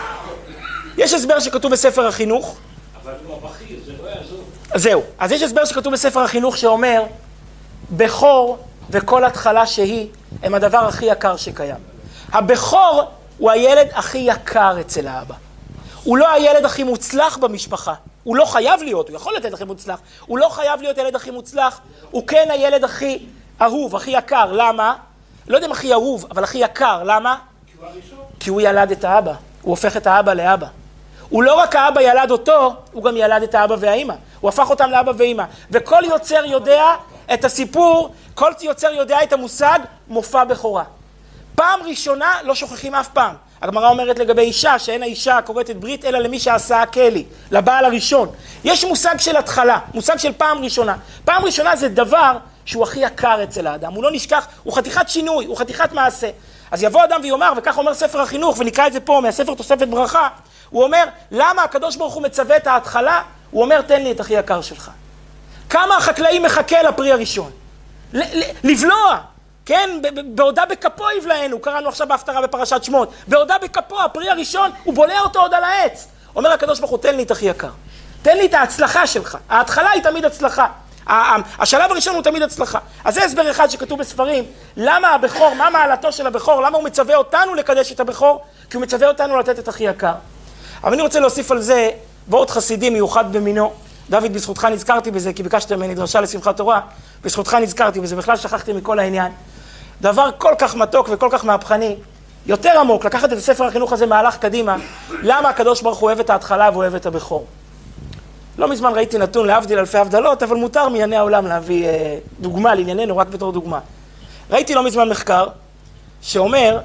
יש הסבר שכתוב בספר החינוך. אבל הוא הבכיר, זה לא יעזור. זהו, אז יש הסבר שכתוב בספר החינוך שאומר, בכור וכל התחלה שהיא, הם הדבר הכי יקר שקיים. הבכור הוא הילד הכי יקר אצל האבא. הוא לא הילד הכי מוצלח במשפחה. הוא לא חייב להיות, הוא יכול להיות ילד הכי מוצלח. הוא לא חייב להיות ילד הכי מוצלח. הוא כן הילד הכי אהוב, הכי יקר. למה? לא יודע אם הכי אהוב, אבל הכי יקר. למה? כי הוא ילד את האבא. הוא הופך את האבא לאבא. הוא לא רק האבא ילד אותו, הוא גם ילד את האבא והאמא. הוא הפך אותם לאבא ואמא. וכל יוצר יודע את הסיפור, כל יוצר יודע את המושג מופע בכורה. פעם ראשונה לא שוכחים אף פעם. הגמרא אומרת לגבי אישה, שאין האישה כורתת ברית, אלא למי שעשה הכלי, לבעל הראשון. יש מושג של התחלה, מושג של פעם ראשונה. פעם ראשונה זה דבר שהוא הכי יקר אצל האדם. הוא לא נשכח, הוא חתיכת שינוי, הוא חתיכת מעשה. אז יבוא אדם ויאמר, וכך אומר ספר החינוך, ונקרא את זה פה מהספר תוספת ברכה, הוא אומר, למה הקדוש ברוך הוא מצווה את ההתחלה? הוא אומר, תן לי את הכי יקר שלך. כמה החקלאי מחכה לפרי הראשון? לבלוע. כן, בעודה בכפו יבלענו, קראנו עכשיו בהפטרה בפרשת שמות, בעודה בכפו, הפרי הראשון, הוא בולע אותו עוד על העץ. אומר הקדוש ברוך הוא, תן לי את הכי יקר. תן לי את ההצלחה שלך. ההתחלה היא תמיד הצלחה. השלב הראשון הוא תמיד הצלחה. אז זה הסבר אחד שכתוב בספרים, למה הבכור, מה מעלתו של הבכור, למה הוא מצווה אותנו לקדש את הבכור? כי הוא מצווה אותנו לתת את הכי יקר. אבל אני רוצה להוסיף על זה, בעוד חסידי מיוחד במינו. דוד, בזכותך נזכרתי בזה, כי ביקשתם ממני דרשה לשמחת תורה, בזכותך נזכרתי בזה, בכלל שכחתי מכל העניין. דבר כל כך מתוק וכל כך מהפכני, יותר עמוק, לקחת את הספר החינוך הזה מהלך קדימה, למה הקדוש ברוך הוא אוהב את ההתחלה ואוהב את הבכור. לא מזמן ראיתי נתון להבדיל אלפי הבדלות, אבל מותר מענייני העולם להביא דוגמה לענייננו, רק בתור דוגמה. ראיתי לא מזמן מחקר שאומר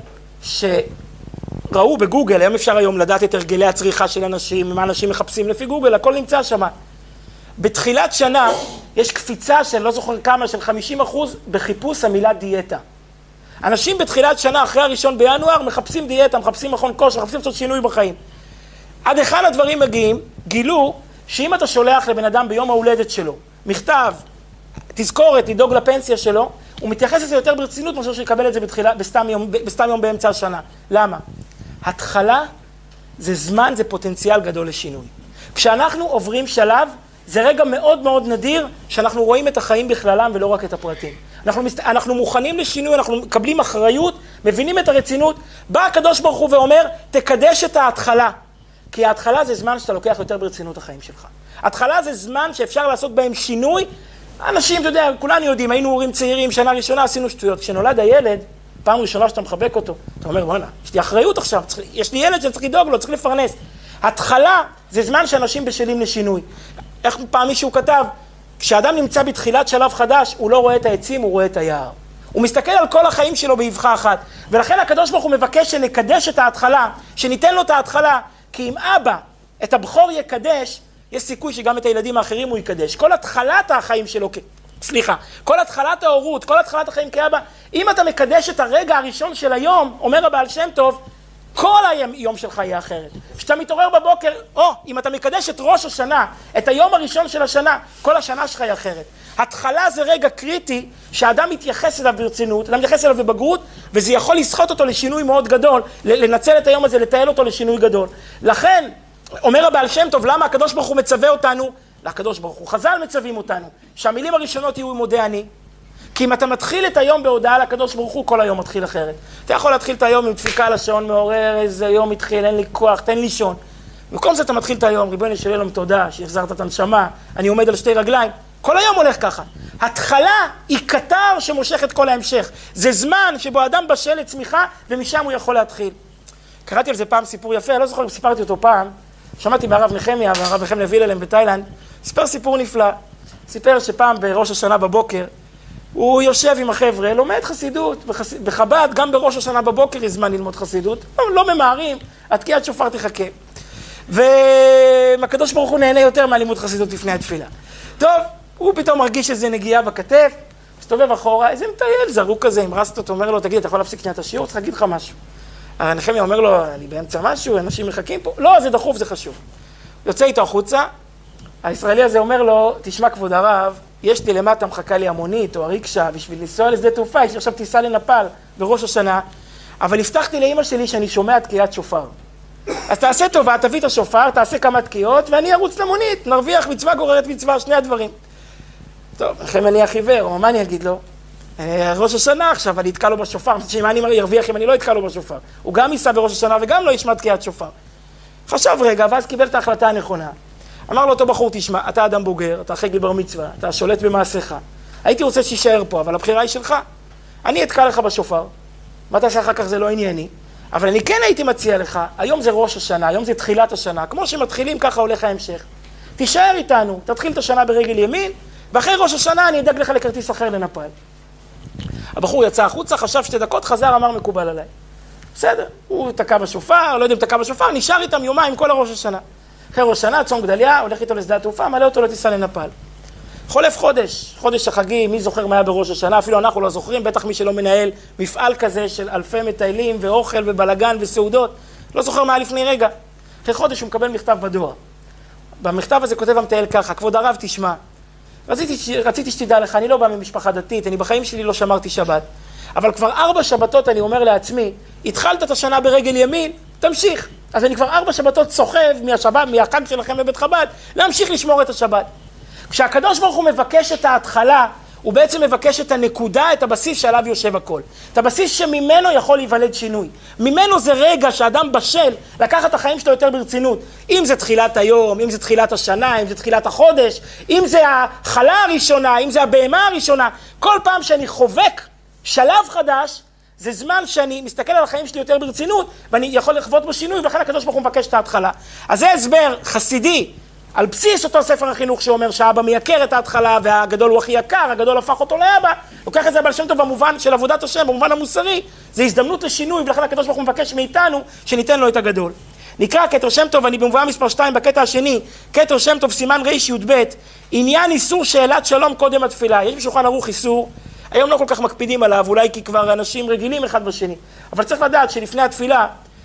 שראו בגוגל, היום אפשר היום לדעת את הרגלי הצריכה של אנשים, מה אנשים מחפשים לפי גוגל, הכל נמצא שם. בתחילת שנה יש קפיצה של לא זוכר כמה, של 50% בחיפוש המילה דיאטה. אנשים בתחילת שנה, אחרי הראשון בינואר, מחפשים דיאטה, מחפשים מכון כושר, מחפשים לעשות שינוי בחיים. עד היכן הדברים מגיעים, גילו שאם אתה שולח לבן אדם ביום ההולדת שלו, מכתב, תזכורת, לדאוג לפנסיה שלו, הוא מתייחס לזה יותר ברצינות, מאשר שיקבל את זה בסתם יום באמצע השנה. למה? התחלה זה זמן, זה פוטנציאל גדול לשינוי. כשאנחנו עוברים שלב, זה רגע מאוד מאוד נדיר שאנחנו רואים את החיים בכללם ולא רק את הפרטים. אנחנו מוכנים לשינוי, אנחנו מקבלים אחריות, מבינים את הרצינות. בא הקדוש ברוך הוא ואומר, תקדש את ההתחלה. כי ההתחלה זה זמן שאתה לוקח יותר ברצינות החיים שלך. ההתחלה זה זמן שאפשר לעשות בהם שינוי. אנשים, אתה יודע, כולנו יודעים, היינו הורים צעירים, שנה ראשונה עשינו שטויות. כשנולד הילד, פעם ראשונה שאתה מחבק אותו, אתה אומר, וואלה, יש לי אחריות עכשיו, יש לי ילד שצריך לדאוג לו, צריך לפרנס. התחלה זה זמן שאנשים בשלים לשינוי. איך פעם מישהו כתב, כשאדם נמצא בתחילת שלב חדש, הוא לא רואה את העצים, הוא רואה את היער. הוא מסתכל על כל החיים שלו באבחה אחת. ולכן הקדוש ברוך הוא מבקש שנקדש את ההתחלה, שניתן לו את ההתחלה, כי אם אבא את הבכור יקדש, יש סיכוי שגם את הילדים האחרים הוא יקדש. כל התחלת החיים שלו, כל התחלת ההורות, כל התחלת החיים כאבא, אם אתה מקדש את הרגע הראשון של היום, אומר הבעל שם טוב, כל היום שלך יהיה אחרת. כשאתה מתעורר בבוקר, אם אתה מקדש את ראש השנה, את היום הראשון של השנה, כל השנה שלך היא אחרת. התחלה זה רגע קריטי שהאדם מתייחס אליו ברצינות, אדם מתייחס אליו בבגרות, וזה יכול לסחוט אותו לשינוי מאוד גדול, לנצל את היום הזה, לטייל אותו לשינוי גדול. לכן, אומר הבעל שם טוב, למה הקדוש ברוך הוא מצווה אותנו? לקדוש ברוך הוא. חז"ל מצווים אותנו, שהמילים הראשונות יהיו מודה אני. כי אם אתה מתחיל את היום בהודעה לקדוש ברוך הוא, כל היום מתחיל אחרת. אתה יכול להתחיל את היום עם דפיקה על השעון מעורר, איזה יום מתחיל, אין לי כוח, תן לישון. במקום זה אתה מתחיל את היום, ריבונו של עולם תודה, שהחזרת את הנשמה, אני עומד על שתי רגליים. כל היום הולך ככה. התחלה היא קטר שמושך את כל ההמשך. זה זמן שבו אדם בשל לצמיחה, ומשם הוא יכול להתחיל. קראתי על זה פעם סיפור יפה, לא זוכר אם סיפרתי אותו פעם. שמעתי מהרב נחמיה, והרב נחמיה הביא אליהם בתאילנד. סיפר סיפור נפלא. סיפר שפעם בראש השנה בבוקר, הוא יושב עם החבר'ה, לומד חסידות. בחב"ד, גם בראש השנה בבוקר יש זמן ללמוד חסידות. לא ממהרים, התקיעת שופר תחכה. והקדוש ברוך הוא נהנה יותר מהלימוד חסידות לפני התפילה. טוב, הוא פתאום מרגיש איזה נגיעה בכתף, מסתובב אחורה, איזה מטייל זרוק כזה, עם רסטות, אומר לו, תגיד, אתה יכול להפסיק שנייה את השיעור? צריך להגיד לך משהו. הנחמיה אומר לו, אני באמצע משהו, אנשים מחכים פה. לא, זה דחוף, זה חשוב. יוצא איתו החוצה, הישראלי הזה אומר לו, תשמע כבוד הרב, יש לי למטה מחכה לי המונית או הריקשה בשביל לנסוע לשדה תעופה, יש לי עכשיו טיסה לנפאל בראש השנה, אבל הבטחתי לאמא שלי שאני שומע תקיעת שופר. אז תעשה טובה, תביא את השופר, תעשה כמה תקיעות, ואני ארוץ למונית, נרוויח מצווה גוררת מצווה, שני הדברים. טוב, לכם אני החיוור, או מה אני אגיד לו? ראש השנה עכשיו, אני אתקע לו בשופר, מה אני ארוויח אם אני לא אתקע לו בשופר? הוא גם ייסע בראש השנה וגם לא ישמע תקיעת שופר. חשב רגע, ואז קיבל את ההחלטה הנכונה. אמר לו אותו בחור, תשמע, אתה אדם בוגר, אתה אחרי גיל בר מצווה, אתה שולט במעשיך. הייתי רוצה שישאר פה, אבל הבחירה היא שלך. אני אתקע לך בשופר, מה תעשה אחר כך זה לא ענייני, אבל אני כן הייתי מציע לך, היום זה ראש השנה, היום זה תחילת השנה, כמו שמתחילים ככה הולך ההמשך. תישאר איתנו, תתחיל את השנה ברגל ימין, ואחרי ראש השנה אני אדאג לך לכרטיס אחר לנפאל. הבחור יצא החוצה, חשב 2 דקות, חזר, אמר מקובל עליי. בסדר, הוא תקע בשופר, לא יודע אם תקע בשופר, נשאר איתם יומיים כל הראש השנה. אחרי ראש השנה, צום גדליה, הולך איתו לשדה התעופה, מעלה אותו לטיסה לנפאל. חולף חודש החגים, מי זוכר מה היה בראש השנה, אפילו אנחנו לא זוכרים, בטח מי שלא מנהל מפעל כזה של אלפי מטיילים ואוכל ובלגן וסעודות, לא זוכר מה היה לפני רגע. אחרי חודש הוא מקבל מכתב בדואר. במכתב הזה כותב המטייל ככה, כבוד הרב תשמע, רציתי שתדע לך, אני לא בא ממשפחה דתית, אני בחיים שלי לא שמרתי שבת, אבל כבר 4 שבתות אני אומר לעצמי, התחלת את השנה ברגל ימין, תמשיך. אז אני כבר 4 שבתות סוחב מהחג שלכם בבית חב"ד, להמשיך לשמור את השבת. כשהקדוש ברוך הוא מבקש את ההתחלה, הוא בעצם מבקש את הנקודה, את הבסיס שעליו יושב הכל. את הבסיס שממנו יכול להיוולד שינוי. ממנו זה רגע שאדם בשל לקחת את החיים שלו יותר ברצינות. אם זה תחילת היום, אם זה תחילת השנה, אם זה תחילת החודש, אם זה החלה הראשונה, אם זה הבהמה הראשונה. כל פעם שאני חובק שלב חדש, זה זמן שאני מסתכל על החיים שלי יותר ברצינות, ואני יכול לחוות בו שינוי, ולכן הקדוש ברוך הוא מבקש את ההתחלה. אז זה הסבר חסידי, על בסיס אותו ספר החינוך שאומר שהאבא מייקר את ההתחלה, והגדול הוא הכי יקר, הגדול הפך אותו לאבא, לוקח את זה בעל שם טוב במובן של עבודת השם, במובן המוסרי, זה הזדמנות לשינוי, ולכן הקדוש ברוך הוא מבקש מאיתנו שניתן לו את הגדול. נקרא כתר שם טוב, אני במובן מספר 2 בקטע השני, כתר שם טוב סימן ר"י עניין איסור שאלת שלום קודם התפילה. יש בשולחן ערוך איסור, היום לא כל כך מקפידים עליו, אולי כי כבר אנשים רגילים אחד בשני, אבל צריך לדעת שלפני התפילה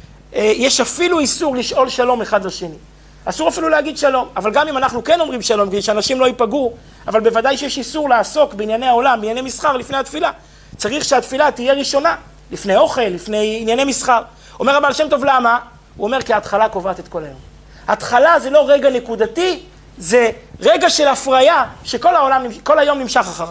יש אפילו איסור לשאול שלום אחד לשני. אסור אפילו להגיד שלום, אבל גם אם אנחנו כן אומרים שלום, כדי שאנשים לא ייפגעו, אבל בוודאי שיש איסור לעסוק בענייני העולם, בענייני מסחר לפני התפילה. צריך שהתפילה תהיה ראשונה, לפני אוכל, לפני ענייני מסחר. אומר הבעל שם טוב למה? הוא אומר כי ההתחלה קובעת את כל היום. התחלה זה לא רגע נקודתי, זה רגע של הפריה שכל העולם, כל היום נמשך אחריו.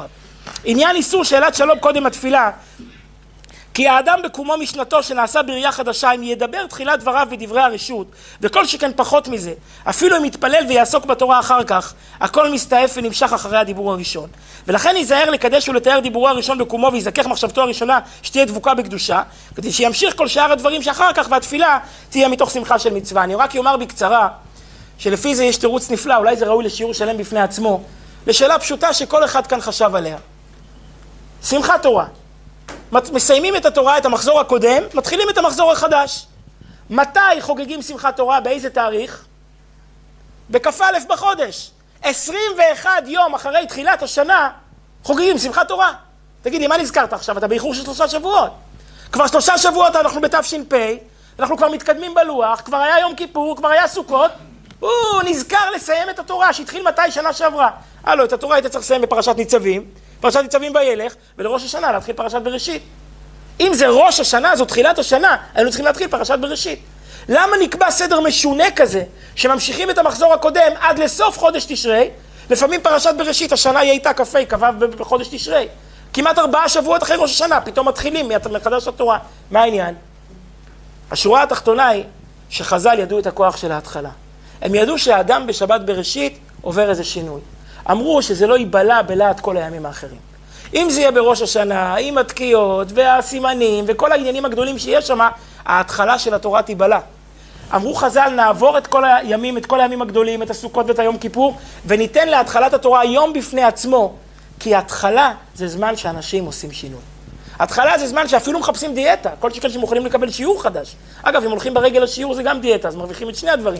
עניין איסור שאלת שלום קודם התפילה, כי האדם בקומו משנתו שנעשה בראייה חדשה, אם ידבר תחילת דבריו ודברי הרשות, וכל שכן פחות מזה, אפילו אם יתפלל ויעסוק בתורה אחר כך, הכל מסתעף ונמשך אחרי הדיבור הראשון. ולכן ייזהר לקדש ולתאר דיבורו הראשון בקומו, ויזכך מחשבתו הראשונה שתהיה דבוקה בקדושה, כדי שימשיך כל שאר הדברים שאחר כך, והתפילה תהיה מתוך שמחה של מצווה. אני רק אומר בקצרה, שלפי זה יש תירוץ נפלא, אולי זה ראוי לשיעור שלם בפני עצמו, לשאלה פשוטה שכל אחד כאן חשב עליה. שמחת תורה. מסיימים את התורה, את המחזור הקודם, מתחילים את המחזור החדש. מתי חוגגים שמחת תורה? באיזה תאריך? בכ"א בחודש. 21 יום אחרי תחילת השנה חוגגים שמחת תורה. תגידי, מה נזכרת עכשיו? אתה באיחור של 3 שבועות. כבר 3 שבועות אנחנו בתש"פ, אנחנו כבר מתקדמים בלוח, כבר היה יום כיפור, כבר היה סוכות. נזכר לסיים את התורה שהתחיל מתי? שנה שעברה. את התורה היית צריך לסיים בפרשת ניצבים, פרשת ניצבים וילך, ולראש השנה להתחיל פרשת בראשית. אם זה ראש השנה, זו תחילת השנה, היינו צריכים להתחיל פרשת בראשית. למה נקבע סדר משונה כזה, שממשיכים את המחזור הקודם עד לסוף חודש תשרי, לפעמים פרשת בראשית, השנה היא הייתה כ"ה, כ"ו בחודש תשרי. כמעט 4 שבועות אחרי ראש השנה, פתאום מתחילים מחדש התורה. מה העניין? השורה התחתונה היא שחז"ל ידעו את הכוח של ההתחלה. הם ידעו שהאדם בשבת בראשית עובר איזה שינוי. אמרו שזה לא ייבלע בלהט כל הימים האחרים. אם זה יהיה בראש השנה, עם התקיעות והסימנים וכל העניינים הגדולים שיש שם, ההתחלה של התורה תיבלע. אמרו חז"ל, נעבור את כל הימים הגדולים, את הסוכות ואת היום כיפור, וניתן להתחלת התורה יום בפני עצמו, כי ההתחלה זה זמן שאנשים עושים שינוי. ההתחלה זה זמן שאפילו מחפשים דיאטה, כל שכן שמוכנים לקבל שיעור חדש. אגב, אם הולכים ברגל לשיעור זה גם דיאטה, אז מרוויחים את שני הדברים.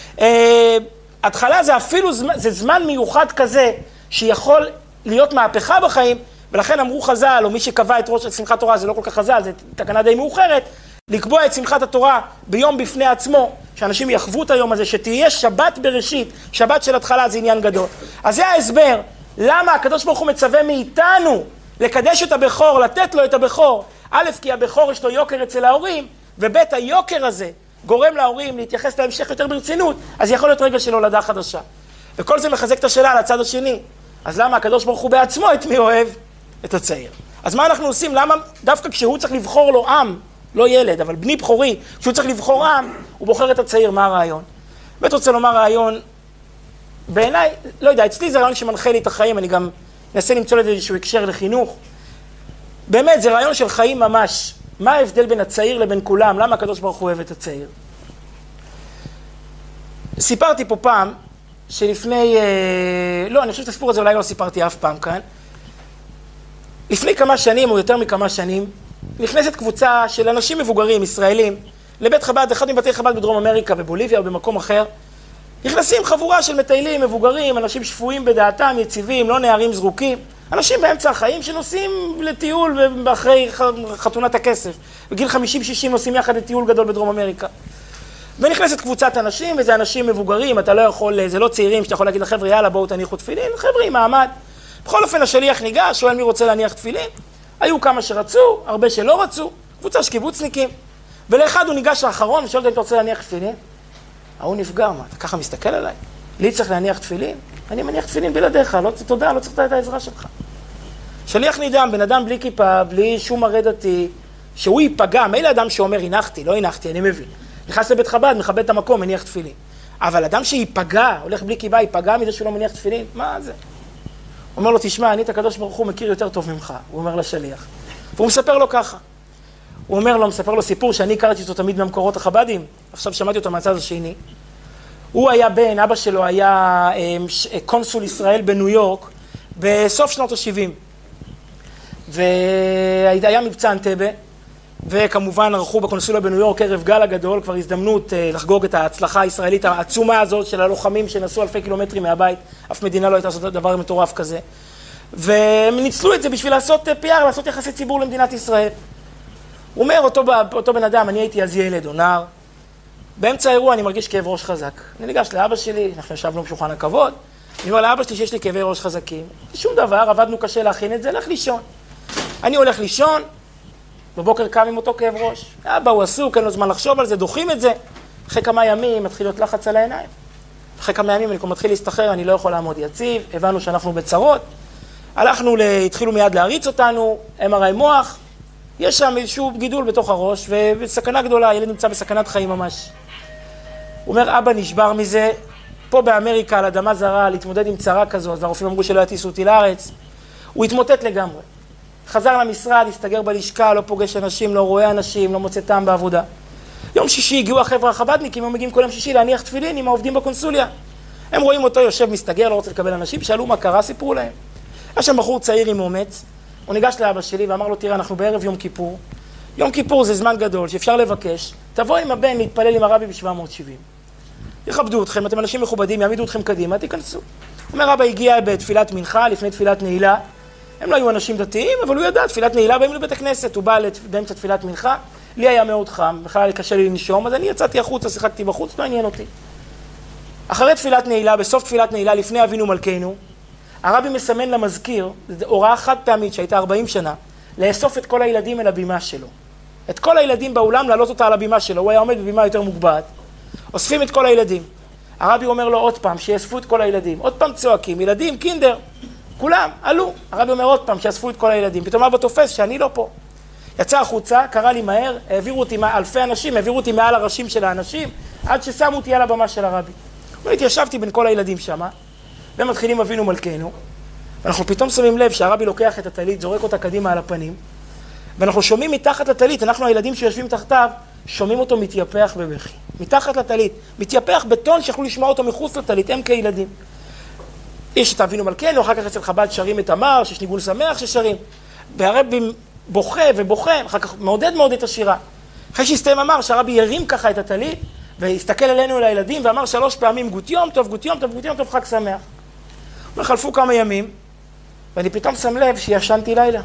התחלה זה אפילו זה זמן מיוחד כזה, שיכול להיות מהפכה בחיים, ולכן אמרו חז"ל, או מי שקבע את ראש שמחת תורה, זה לא כל כך חז"ל, זה תקנה די מאוחרת, לקבוע את שמחת התורה ביום בפני עצמו, שאנשים יחוו את היום הזה, שתהיה שבת בראשית, שבת של התחלה, זה עניין גדול. אז זה ההסבר, למה הקדוש ברוך הוא מצווה מאיתנו לקדש את הבכור, לתת לו את הבכור. א', כי הבכור יש לו יוקר אצל ההורים, וב', היוקר הזה גורם להורים להתייחס להמשך יותר ברצינות, אז יכול להיות רגע של הולדה חדשה. וכל זה מחזק את השאלה על הצד השני. אז למה הקדוש ברוך הוא בעצמו את מי אוהב? את הצעיר. אז מה אנחנו עושים? למה דווקא כשהוא צריך לבחור לו עם, לא ילד, אבל בני בכורי, כשהוא צריך לבחור עם, הוא בוחר את הצעיר? מה הרעיון? באמת רוצה לומר רעיון, בעיניי, לא יודע, אצלי זה רעיון שמנחה לי את החיים, אני גם אנסה למצוא לזה איזשהו הקשר לחינוך. באמת, זה רעיון של חיים ממש. מה ההבדל בין הצעיר לבין כולם? למה הקדוש ברוך הוא אוהב את הצעיר? סיפרתי פה פעם, שלפני, אני חושב את הסיפור הזה אולי לא סיפרתי אף פעם כאן. לפני כמה שנים, או יותר מכמה שנים, נכנסת קבוצה של אנשים מבוגרים, ישראלים, לבית חב"ד, אחד מבתי חב"ד בדרום אמריקה, בבוליביה או במקום אחר. נכנסים חבורה של מטיילים, מבוגרים, אנשים שפויים בדעתם, יציבים, לא נערים זרוקים. אנשים באמצע החיים שנוסעים לטיול אחרי חתונת הכסף. בגיל 50-60 נוסעים יחד לטיול גדול בדרום אמריקה. ונכנסת קבוצת אנשים, וזה אנשים מבוגרים, אתה לא יכול, זה לא צעירים שאתה יכול להגיד לחבר'ה, יאללה בואו תניחו תפילין, חבר'ה עם מעמד. בכל אופן השליח ניגש, שואל מי רוצה להניח תפילין. היו כמה שרצו, הרבה שלא רצו, קבוצה של קיבוצניקים. ולאחד הוא ניגש האחרון ושואל אם אתה רוצה להניח תפילין. ההוא נפגע, מה, אתה ככה מסתכל עליי? לי צריך להניח תפילין? אני מניח תפילין בלעדיך, תודה, לא צריך את העזרה שלך. שליח נידם, בן אדם בלי כיפה, בלי שום מראה דתי, שהוא ייפגע, מילא אדם שאומר הנחתי, לא הנחתי, אני מבין. נכנס לבית חב"ד, מכבד את המקום, מניח תפילין. אבל אדם שיפגע, הולך בלי כיפה, ייפגע מזה שהוא לא מניח תפילין, מה זה? הוא אומר לו, תשמע, אני את הקדוש ברוך הוא מכיר יותר טוב ממך, הוא אומר לשליח. והוא מספר לו ככה. הוא אומר לו, מספר לו סיפור שאני הכרתי אותו תמיד מהמקורות החב"דים, עכשיו שמעתי אותו מהצד השני. הוא היה בן, אבא שלו היה קונסול ישראל בניו יורק בסוף שנות ה-70. והיה מבצע אנטבה, וכמובן ערכו בקונסוליה בניו יורק ערב גל הגדול, כבר הזדמנות לחגוג את ההצלחה הישראלית העצומה הזאת של הלוחמים שנסעו אלפי קילומטרים מהבית, אף מדינה לא הייתה לעשות דבר מטורף כזה. והם ניצלו את זה בשביל לעשות PR, לעשות יחסי ציבור למדינת ישראל. הוא אומר, אותו בן אדם, אני הייתי אז ילד או נער, באמצע האירוע אני מרגיש כאב ראש חזק. אני ניגש לאבא שלי, אנחנו ישבנו בשולחן הכבוד, אני אומר לאבא שלי שיש לי כאבי ראש חזקים. שום דבר, עבדנו קשה להכין את זה, הלך לישון. אני הולך לישון, בבוקר קם עם אותו כאב ראש. אבא הוא עסוק, אין לו זמן לחשוב על זה, דוחים את זה. אחרי כמה ימים מתחיל להיות לחץ על העיניים. אחרי כמה ימים אני מתחיל להסתחרר, אני לא יכול לעמוד יציב, הבנו שאנחנו בצרות. התחילו מיד להריץ אותנו, MRI מוח, יש שם איזשהו גידול בתוך הראש, וסכנה גדולה, הילד נמצא בסכנת חיים ממש. הוא אומר, אבא נשבר מזה, פה באמריקה, על אדמה זרה, להתמודד עם צרה כזו, אז הרופאים אמרו שלא יטיסו אותי לארץ. הוא התמוטט לגמרי. חזר למשרד, הסתגר בלשכה, לא פוגש אנשים, לא רואה אנשים, לא מוצא טעם בעבודה. יום שישי הגיעו החבר'ה החבדניקים, הם מגיעים כל יום שישי להניח תפילין עם העובדים בקונסוליה. הם רואים אותו יושב, מסתגר, לא רוצה לקבל אנשים, שאלו מה קרה, סיפרו להם. היה שם בחור צעיר עם אומץ, הוא ניגש לאבא שלי ואמר לו, תראה, אנחנו בערב יום כיפור. יום כיפור זה זמן גדול שאפשר לבקש, תבוא עם הבן להתפלל עם הרבי ב-770. יכבדו אתכם, אתם אנשים מכובדים, יעמידו אתכם קדימה, תיכנסו. אומר, אבא הגיע בתפילת מנחה, לפני תפילת נעילה. הם לא היו אנשים דתיים, אבל הוא ידע, תפילת נעילה באים לבית הכנסת, הוא בא באמצע תפילת מנחה. לי היה מאוד חם, בכלל קשה לי לנשום, אז אני יצאתי החוצה, שיחקתי בחוץ, לא עניין אותי. אחרי תפילת נעילה, בסוף תפילת נעילה, לפני אבינו מלכנו, הרבי מסמן למזכיר, הוראה חד פעמית שהייתה 40 שנה, לאסוף את כל הילדים אל הבימה שלו. את כל הילדים באולם, להעלות אותה על הבימה שלו, הוא היה עומד בבימה יותר מוגבעת. אוספים את כל הילדים. הרבי אומר לו עוד פעם, שיאספו את כל הילדים. עוד פעם צועקים, ילדים, קינדר, כולם, עלו. הרבי אומר עוד פעם, שיאספו את כל הילדים. פתאום אבא תופס שאני לא פה. יצא החוצה, קרא לי מהר, העבירו אותי אלפי אנשים, העבירו אותי מעל הראשים של האנשים, עד ששמו אותי על הבמה של הרבי. התיישבתי בין כל הילדים שמה, ומתחילים אבינו מלכנו, ואנחנו פתאום שמים לב שהרבי לוקח את הטלית, זורק אותה קדימה על הפנים, ואנחנו שומעים מתחת לטלית, אנחנו הילדים שיושבים תחתיו, שומעים אותו מתייפח בבכי. מתחת לטלית, מתייפח בטון שיכולו לשמוע אותו מחוץ לטלית, הם כילדים. יש את אבינו מלכנו, אחר כך אצל חב"ד שרים את אמר, שיש ניגון שמח ששרים, והרבי בוכה ובוכה, אחר כך מעודד את השירה. אחרי שהסתיים אמר שהרבי ירים ככה את הטלית, והסתכל אלינו, אל הילדים, ואמר 3 פעמים, גות יום טוב, גות יום טוב, גות יום טוב, חג שמח. וחלפו כמה ימים, ואני פתאום שם לב שישנתי לילה.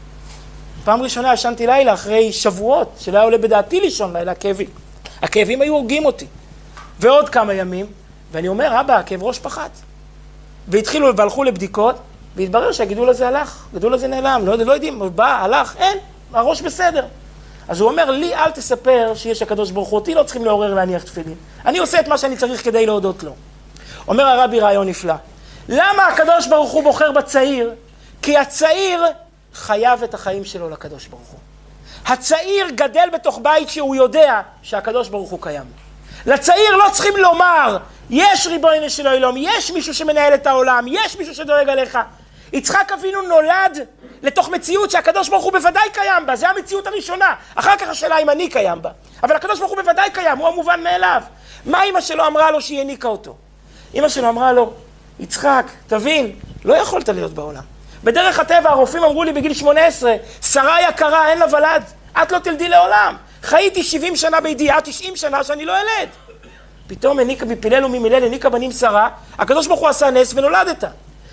פעם ראשונה ישנתי לילה אחרי שבועות, שלא היה עולה בדעתי לישון לילה, הכאבים היו הורגים אותי. ועוד כמה ימים, ואני אומר, אבא, הכאב ראש פחת. והתחילו והלכו לבדיקות, והתברר שהגידול הזה הלך, הגידול הזה נעלם, לא יודעים, בא, הלך, אין, הראש בסדר. אז הוא אומר, לי אל תספר שיש הקדוש ברוך הוא, אותי לא צריכים לעורר להניח תפילין. אני עושה את מה שאני צריך כדי להודות לו. אומר הרבי רעיון נפלא. למה הקדוש ברוך הוא בוחר בצעיר? כי הצעיר חייב את החיים שלו לקדוש ברוך הוא. הצעיר גדל בתוך בית שהוא יודע שהקדוש ברוך הוא קיים. לצעיר לא צריכים לומר, יש ריבונו של עולם, יש מישהו שמנהל את העולם, יש מישהו שדואג עליך. יצחק אבינו נולד לתוך מציאות שהקדוש ברוך הוא בוודאי קיים בה, זה המציאות הראשונה. אחר כך השאלה אם אני קיים בה. אבל הקדוש ברוך הוא בוודאי קיים, הוא המובן מאליו. מה אמא שלו אמרה לו שהיא העניקה אותו? אמא שלו אמרה לו, יצחק, תבין, לא יכולת להיות בעולם. בדרך הטבע הרופאים אמרו לי בגיל 18, שרה יקרה, אין לה ולד, את לא תלדי לעולם. חייתי 70 שנה בידיעה, 90 שנה שאני לא ילד. פתאום העניקה מפילל וממילל, העניקה בנים שרה, הקדוש ברוך הוא עשה נס ונולדת.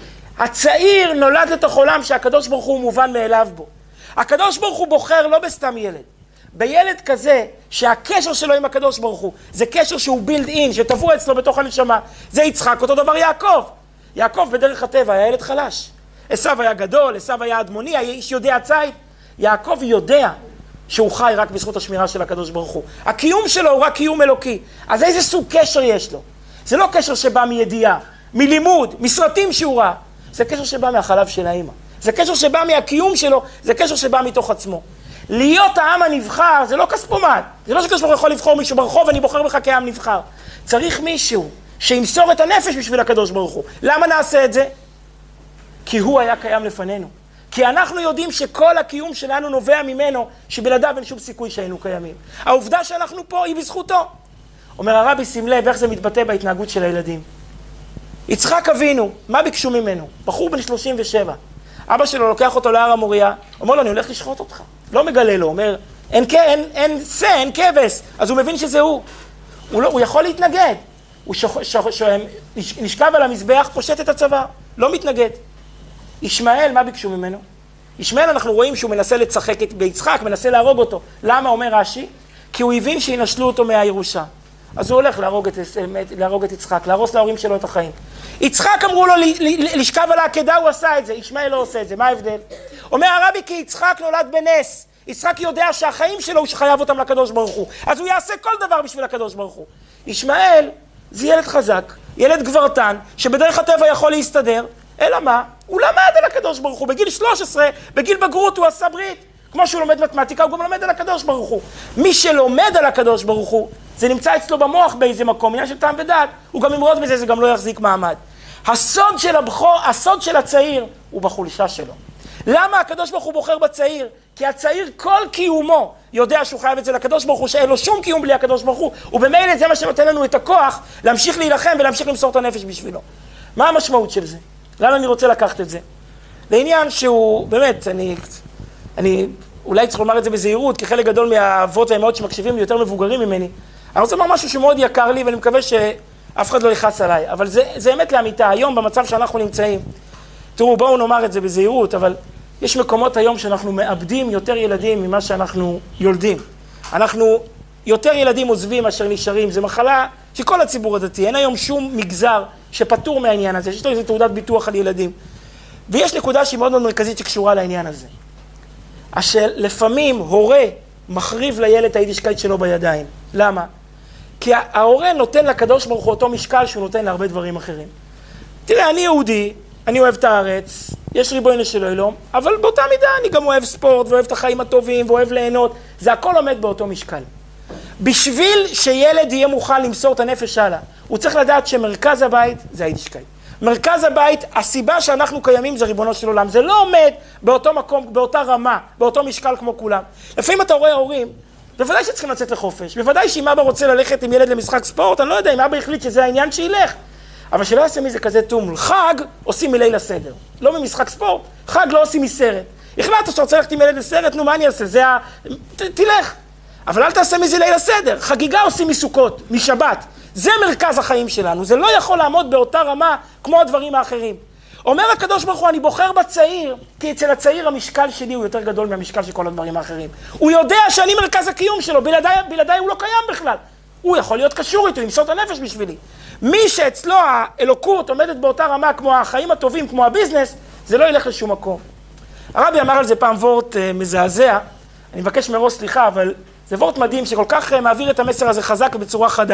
הצעיר נולד לתוך עולם שהקדוש ברוך הוא מובן מאליו בו. הקדוש ברוך הוא בוחר לא בסתם ילד. בילד כזה שהקשר שלו עם הקדוש ברוך הוא, זה קשר שהוא בילד אין, שטבוע אצלו בתוך הנשמה. זה יצחק, אותו דבר יעקב. יעקב בדרך הטבע היה ילד חלש. עשיו היה גדול, עשיו היה אדמוני, היה איש יודע ציד. יעקב יודע שהוא חי רק בזכות השמירה של הקדוש ברוך הוא. הקיום שלו הוא רק קיום אלוקי. אז איזה סוג קשר יש לו? זה לא קשר שבא מידיעה, מלימוד, מסרטים שהוא ראה. זה קשר שבא מהחלב של האמא. זה קשר שבא מהקיום שלו, זה קשר שבא מתוך עצמו. להיות העם הנבחר זה לא כספומט. זה לא שקדוש ברוך הוא יכול לבחור מישהו ברחוב, אני בוחר בך כעם נבחר. צריך מישהו שימסור את הנפש בשביל הקדוש ברוך הוא. למה נעשה את זה? כי הוא היה קיים לפנינו. כי אנחנו יודעים שכל הקיום שלנו נובע ממנו, שבלעדיו אין שום סיכוי שהיינו קיימים. העובדה שאנחנו פה היא בזכותו. אומר הרבי, שים לב איך זה מתבטא בהתנהגות של הילדים. יצחק אבינו, מה ביקשו ממנו? בחור בן 37. אבא שלו לוקח אותו להר המוריה, אומר לו, אני הולך לשחוט אותך. לא מגלה לו, אומר, אין כבש. אז הוא מבין שזה הוא. הוא יכול להתנגד. הוא נשכב על המזבח, פושט את הצוואר. לא מתנגד. ישמעאל, מה ביקשו ממנו? ישמעאל אנחנו רואים שהוא מנסה לצחק ביצחק, מנסה להרוג אותו. למה אומר רש"י? כי הוא הבין שינשלו אותו מהירושה. אז הוא הולך להרוג את יצחק, להרוס להורים שלו את החיים. יצחק אמרו לו לשכב על העקדה, הוא עשה את זה. ישמעאל לא עושה את זה, מה ההבדל? אומר הרבי, כי יצחק נולד בנס. יצחק יודע שהחיים שלו הוא שחייב אותם לקדוש ברוך הוא. אז הוא יעשה כל דבר בשביל הקדוש ברוך הוא. ישמעאל זה ילד חזק, ילד גברתן, שבדרך הטבע יכול להסתדר, אלא מה? הוא למד על הקדוש ברוך הוא. בגיל 13, בגיל בגרות הוא עשה ברית. כמו שהוא לומד מתמטיקה, הוא גם לומד על הקדוש ברוך הוא. מי שלומד על הקדוש ברוך הוא, זה נמצא אצלו במוח באיזה מקום, עניין של טעם ודעת, הוא גם ימרוד בזה, זה גם לא יחזיק מעמד. הסוד של הבכור, הסוד של הצעיר, הוא בחולשה שלו. למה הקדוש ברוך הוא בוחר בצעיר? כי הצעיר כל קיומו יודע שהוא חייב את זה לקדוש ברוך הוא, שאין לו שום קיום בלי הקדוש ברוך הוא, ובמילא זה מה שנותן לנו את הכוח להמשיך להילחם ולהמשיך למסור את הנפש בשבילו. מה המשמעות של זה? למה אני רוצה לקחת את זה? לעניין שהוא, באמת, אני אולי צריך לומר את זה בזהירות, כי חלק גדול מהאבות והאימהות שמקשיבים לי יותר מבוגרים ממני. אני רוצה לומר משהו שמאוד יקר לי, ואני מקווה שאף אחד לא יכעס עליי. אבל זה אמת לאמיתה. היום, במצב שאנחנו נמצאים, תראו, בואו נאמר את זה בזהירות, אבל יש מקומות היום שאנחנו מאבדים יותר ילדים ממה שאנחנו יולדים. יותר ילדים עוזבים אשר נשארים. זה מחלה שכל הציבור הדתי. אין היום שום מגזר שפטור מהעניין הזה. יש לו איזו תעודת ביטוח על ילדים. ויש נקודה שהיא מאוד מאוד מרכזית שקשורה לעניין הזה. לפעמים הורה מחריב לילד את היידישקייט שלו בידיים. למה? כי ההורה נותן לקדוש ברוך הוא אותו משקל שהוא נותן להרבה דברים אחרים. תראה, אני יהודי, אני אוהב את הארץ, יש ריבונו של עולם, אבל באותה מידה אני גם אוהב ספורט ואוהב את החיים הטובים ואוהב ליהנות. זה הכל עומד באותו משקל. בשביל שילד יהיה מוכן למסור את הנפש הלאה, הוא צריך לדעת שמרכז הבית זה היידישקייט. מרכז הבית, הסיבה שאנחנו קיימים זה ריבונו של עולם. זה לא עומד באותו מקום, באותה רמה, באותו משקל כמו כולם. לפעמים אתה רואה הורים, בוודאי שצריכים לצאת לחופש. בוודאי שאם אבא רוצה ללכת עם ילד למשחק ספורט, אני לא יודע אם אבא החליט שזה העניין שילך. אבל שלא יעשה מזה כזה תומל. חג עושים מליל הסדר. לא ממשחק ספורט, חג לא עושים מסרט. החלטת שאתה רוצה ללכת עם ילד לסרט, נו מה אני אעשה? תלך. אבל אל תעשה מזה ליל הסדר. חגיגה עושים מסוכות, משבת. זה מרכז החיים שלנו. זה לא יכול לעמוד באותה רמה כמו הדברים האחרים. אומר הקדוש ברוך הוא, אני בוחר בצעיר, כי אצל הצעיר המשקל שלי הוא יותר גדול מהמשקל של כל הדברים האחרים. הוא יודע שאני מרכז הקיום שלו, בלעדיי הוא לא קיים בכלל. הוא יכול להיות קשור איתו, למסור את הנפש בשבילי. מי שאצלו האלוקות עומדת באותה רמה כמו החיים הטובים, כמו הביזנס, זה לא ילך לשום מקום. הרבי אמר על זה פעם וורט מזעזע, אני מבקש מראש סליחה, אבל זה וורט מדהים שכל כך מעביר את המסר הזה חזק ובצורה חדה.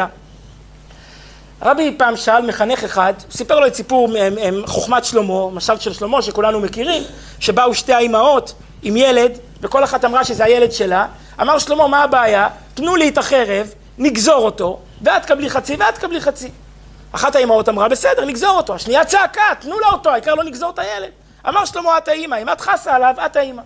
הרבי פעם שאל מחנך אחד, סיפר לו את סיפור חוכמת שלמה, משל של שלמה שכולנו מכירים, שבאו שתי האימהות עם ילד, וכל אחת אמרה שזה הילד שלה. אמר שלמה, מה הבעיה? תנו לי את החרב, נגזור אותו, ואת קבלי חצי ואת קבלי חצי. אחת האימהות אמרה, בסדר, נגזור אותו. השנייה צעקה, תנו לה אותו, העיקר לא נגזור את הילד. אמר שלמה, את האימא, אם את חסה עליו, את האימא.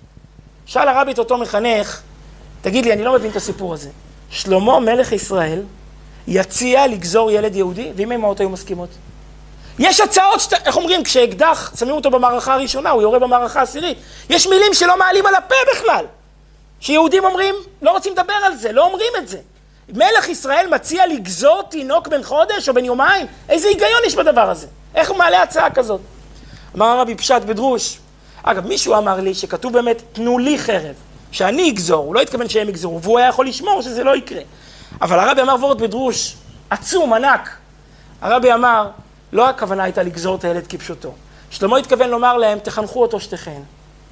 שאל הרבי את אותו מחנך, תגיד לי, אני לא מבין את הסיפור הזה. שלמה מלך ישראל יציע לגזור ילד יהודי, ואם האימהות היו מסכימות. יש הצעות, איך אומרים, כשאקדח שמים אותו במערכה הראשונה, הוא יורה במערכה העשירית. יש מילים שלא מעלים על הפה בכלל. שיהודים אומרים, לא רוצים לדבר על זה, לא אומרים את זה. מלך ישראל מציע לגזור תינוק בן חודש או בן יומיים? איזה היגיון יש בדבר הזה? איך הוא מעלה הצעה כזאת? אמר הרבי פשט בדרוש. אגב, מישהו אמר לי שכתוב באמת, תנו לי חרב, שאני אגזור, הוא לא התכוון שהם יגזרו, והוא היה יכול לשמור שזה לא יקרה. אבל הרבי אמר וורט בדרוש, עצום, ענק. הרבי אמר, לא הכוונה הייתה לגזור את הילד כפשוטו. שלמה התכוון לומר להם, תחנכו אותו שתיכן.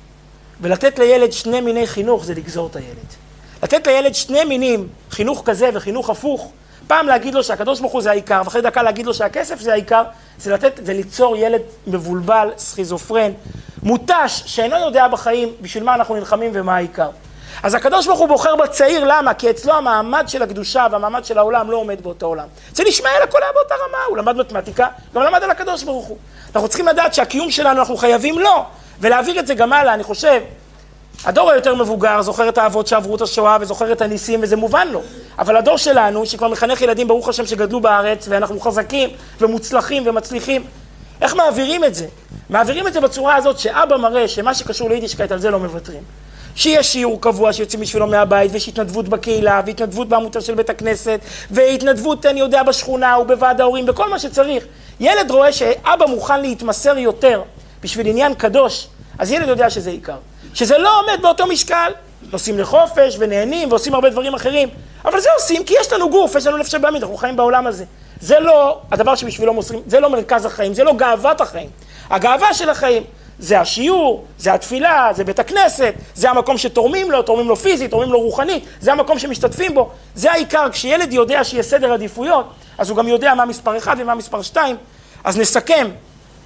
ולתת לילד שני מיני חינוך זה לגזור את הילד. לתת לילד שני מינים, חינוך כזה וחינוך הפוך, פעם להגיד לו שהקדוש ברוך הוא זה העיקר, ואחרי דקה להגיד לו שהכסף זה העיקר, זה ליצור ילד מבולבל, סכיזופרן, מוטש, שאינו יודע בחיים בשביל מה אנחנו נלחמים ומה העיקר. אז הקדוש ברוך הוא בוחר בצעיר, למה? כי אצלו המעמד של הקדושה והמעמד של העולם לא עומד באותו עולם. אצל ישמעאל הכל היה באותה רמה, הוא למד מתמטיקה, גם למד על הקדוש ברוך הוא. אנחנו צריכים לדעת שהקיום שלנו אנחנו חייבים לו, ולהעביר את זה גם הלאה, אני חושב. הדור היותר מבוגר זוכר את האבות שעברו את השואה וזוכר את הניסים וזה מובן לו. אבל הדור שלנו, שכבר מחנך ילדים ברוך השם שגדלו בארץ ואנחנו חזקים ומוצלחים ומצליחים, איך מעבירים את זה? מעבירים את זה בצורה הזאת שאבא מראה שמה שקשור ליידישקייט על זה לא מוותרים. שיש שיעור קבוע שיוצאים בשבילו מהבית, ויש התנדבות בקהילה, והתנדבות בעמותה של בית הכנסת, והתנדבות, אני יודע, בשכונה ובוועד ההורים, בכל מה שצריך. ילד רואה שאבא מוכן להתמסר יותר בשביל עניין קדוש, אז ילד יודע שזה עיקר. שזה לא עומד באותו משקל, נוסעים לחופש ונהנים ועושים הרבה דברים אחרים, אבל זה עושים כי יש לנו גוף, יש לנו נפש הבאמית, אנחנו חיים בעולם הזה. זה לא הדבר שבשבילו מוסרים, זה לא מרכז החיים, זה לא גאוות החיים. הגאווה של החיים זה השיעור, זה התפילה, זה בית הכנסת, זה המקום שתורמים לו פיזית, תורמים לו רוחנית, זה המקום שמשתתפים בו, זה העיקר. כשילד יודע שיהיה סדר עדיפויות, אז הוא גם יודע מה מספר 1 ומה מספר 2. אז נסכם,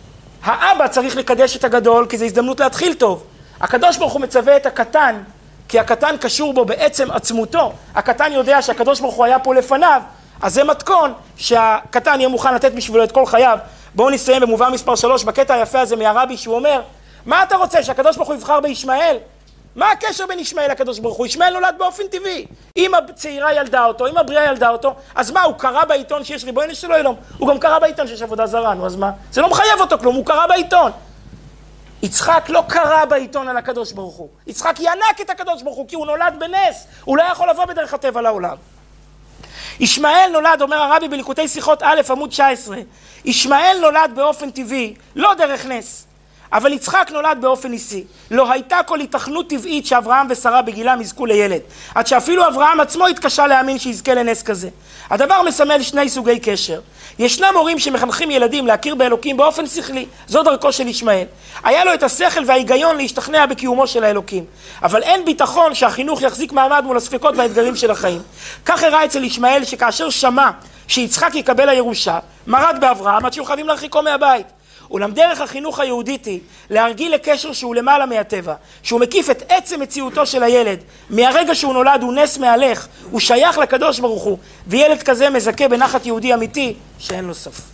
האבא צריך לקדש את הגדול, כי זו הזדמנות להתחיל טוב. הקדוש ברוך הוא מצווה את הקטן, כי הקטן קשור בו בעצם עצמותו. הקטן יודע שהקדוש ברוך הוא היה פה לפניו, אז זה מתכון שהקטן יהיה מוכן לתת בשבילו את כל חייו. בואו נסיים במובא מספר 3, בקטע היפה הזה מהרבי, שהוא אומר, מה אתה רוצה, שהקדוש ברוך הוא יבחר בישמעאל? מה הקשר בין ישמעאל לקדוש ברוך הוא? ישמעאל נולד באופן טבעי. אמא צעירה ילדה אותו, אמא בריאה ילדה אותו, אז מה, הוא קרא בעיתון שיש ריבונו של עולם? הוא גם קרא בעיתון שיש עבודה זרה, נו, אז מה? זה לא מחייב אותו כלום, הוא קרא בעיתון. יצחק לא קרא בעיתון על הקדוש ברוך הוא. יצחק ינק את הקדוש ברוך הוא, כי הוא נולד בנס. הוא לא יכול לבוא בדרך הטבע לעולם. ישמעאל נולד, אומר הרבי בליקוטי שיחות א' עמוד 19, ישמעאל נולד באופן טבעי, לא דרך נס. אבל יצחק נולד באופן ניסי. לא הייתה כל התכנות טבעית שאברהם ושרה בגילם יזכו לילד. עד שאפילו אברהם עצמו התקשה להאמין שיזכה לנס כזה. הדבר מסמל שני סוגי קשר. ישנם הורים שמחנכים ילדים להכיר באלוקים באופן שכלי. זו דרכו של ישמעאל. היה לו את השכל וההיגיון להשתכנע בקיומו של האלוקים. אבל אין ביטחון שהחינוך יחזיק מעמד מול הספקות והאתגרים של החיים. כך הראה אצל ישמעאל שכאשר שמע שיצחק יקבל הירושה, מרד באברהם עד שהוא חייבים להרחיקו מהבית. אולם דרך החינוך היהודית היא להרגיל לקשר שהוא למעלה מהטבע, שהוא מקיף את עצם מציאותו של הילד. מהרגע שהוא נולד הוא נס מהלך, הוא שייך לקדוש ברוך הוא, וילד כזה מזכה בנחת יהודי אמיתי שאין לו סוף.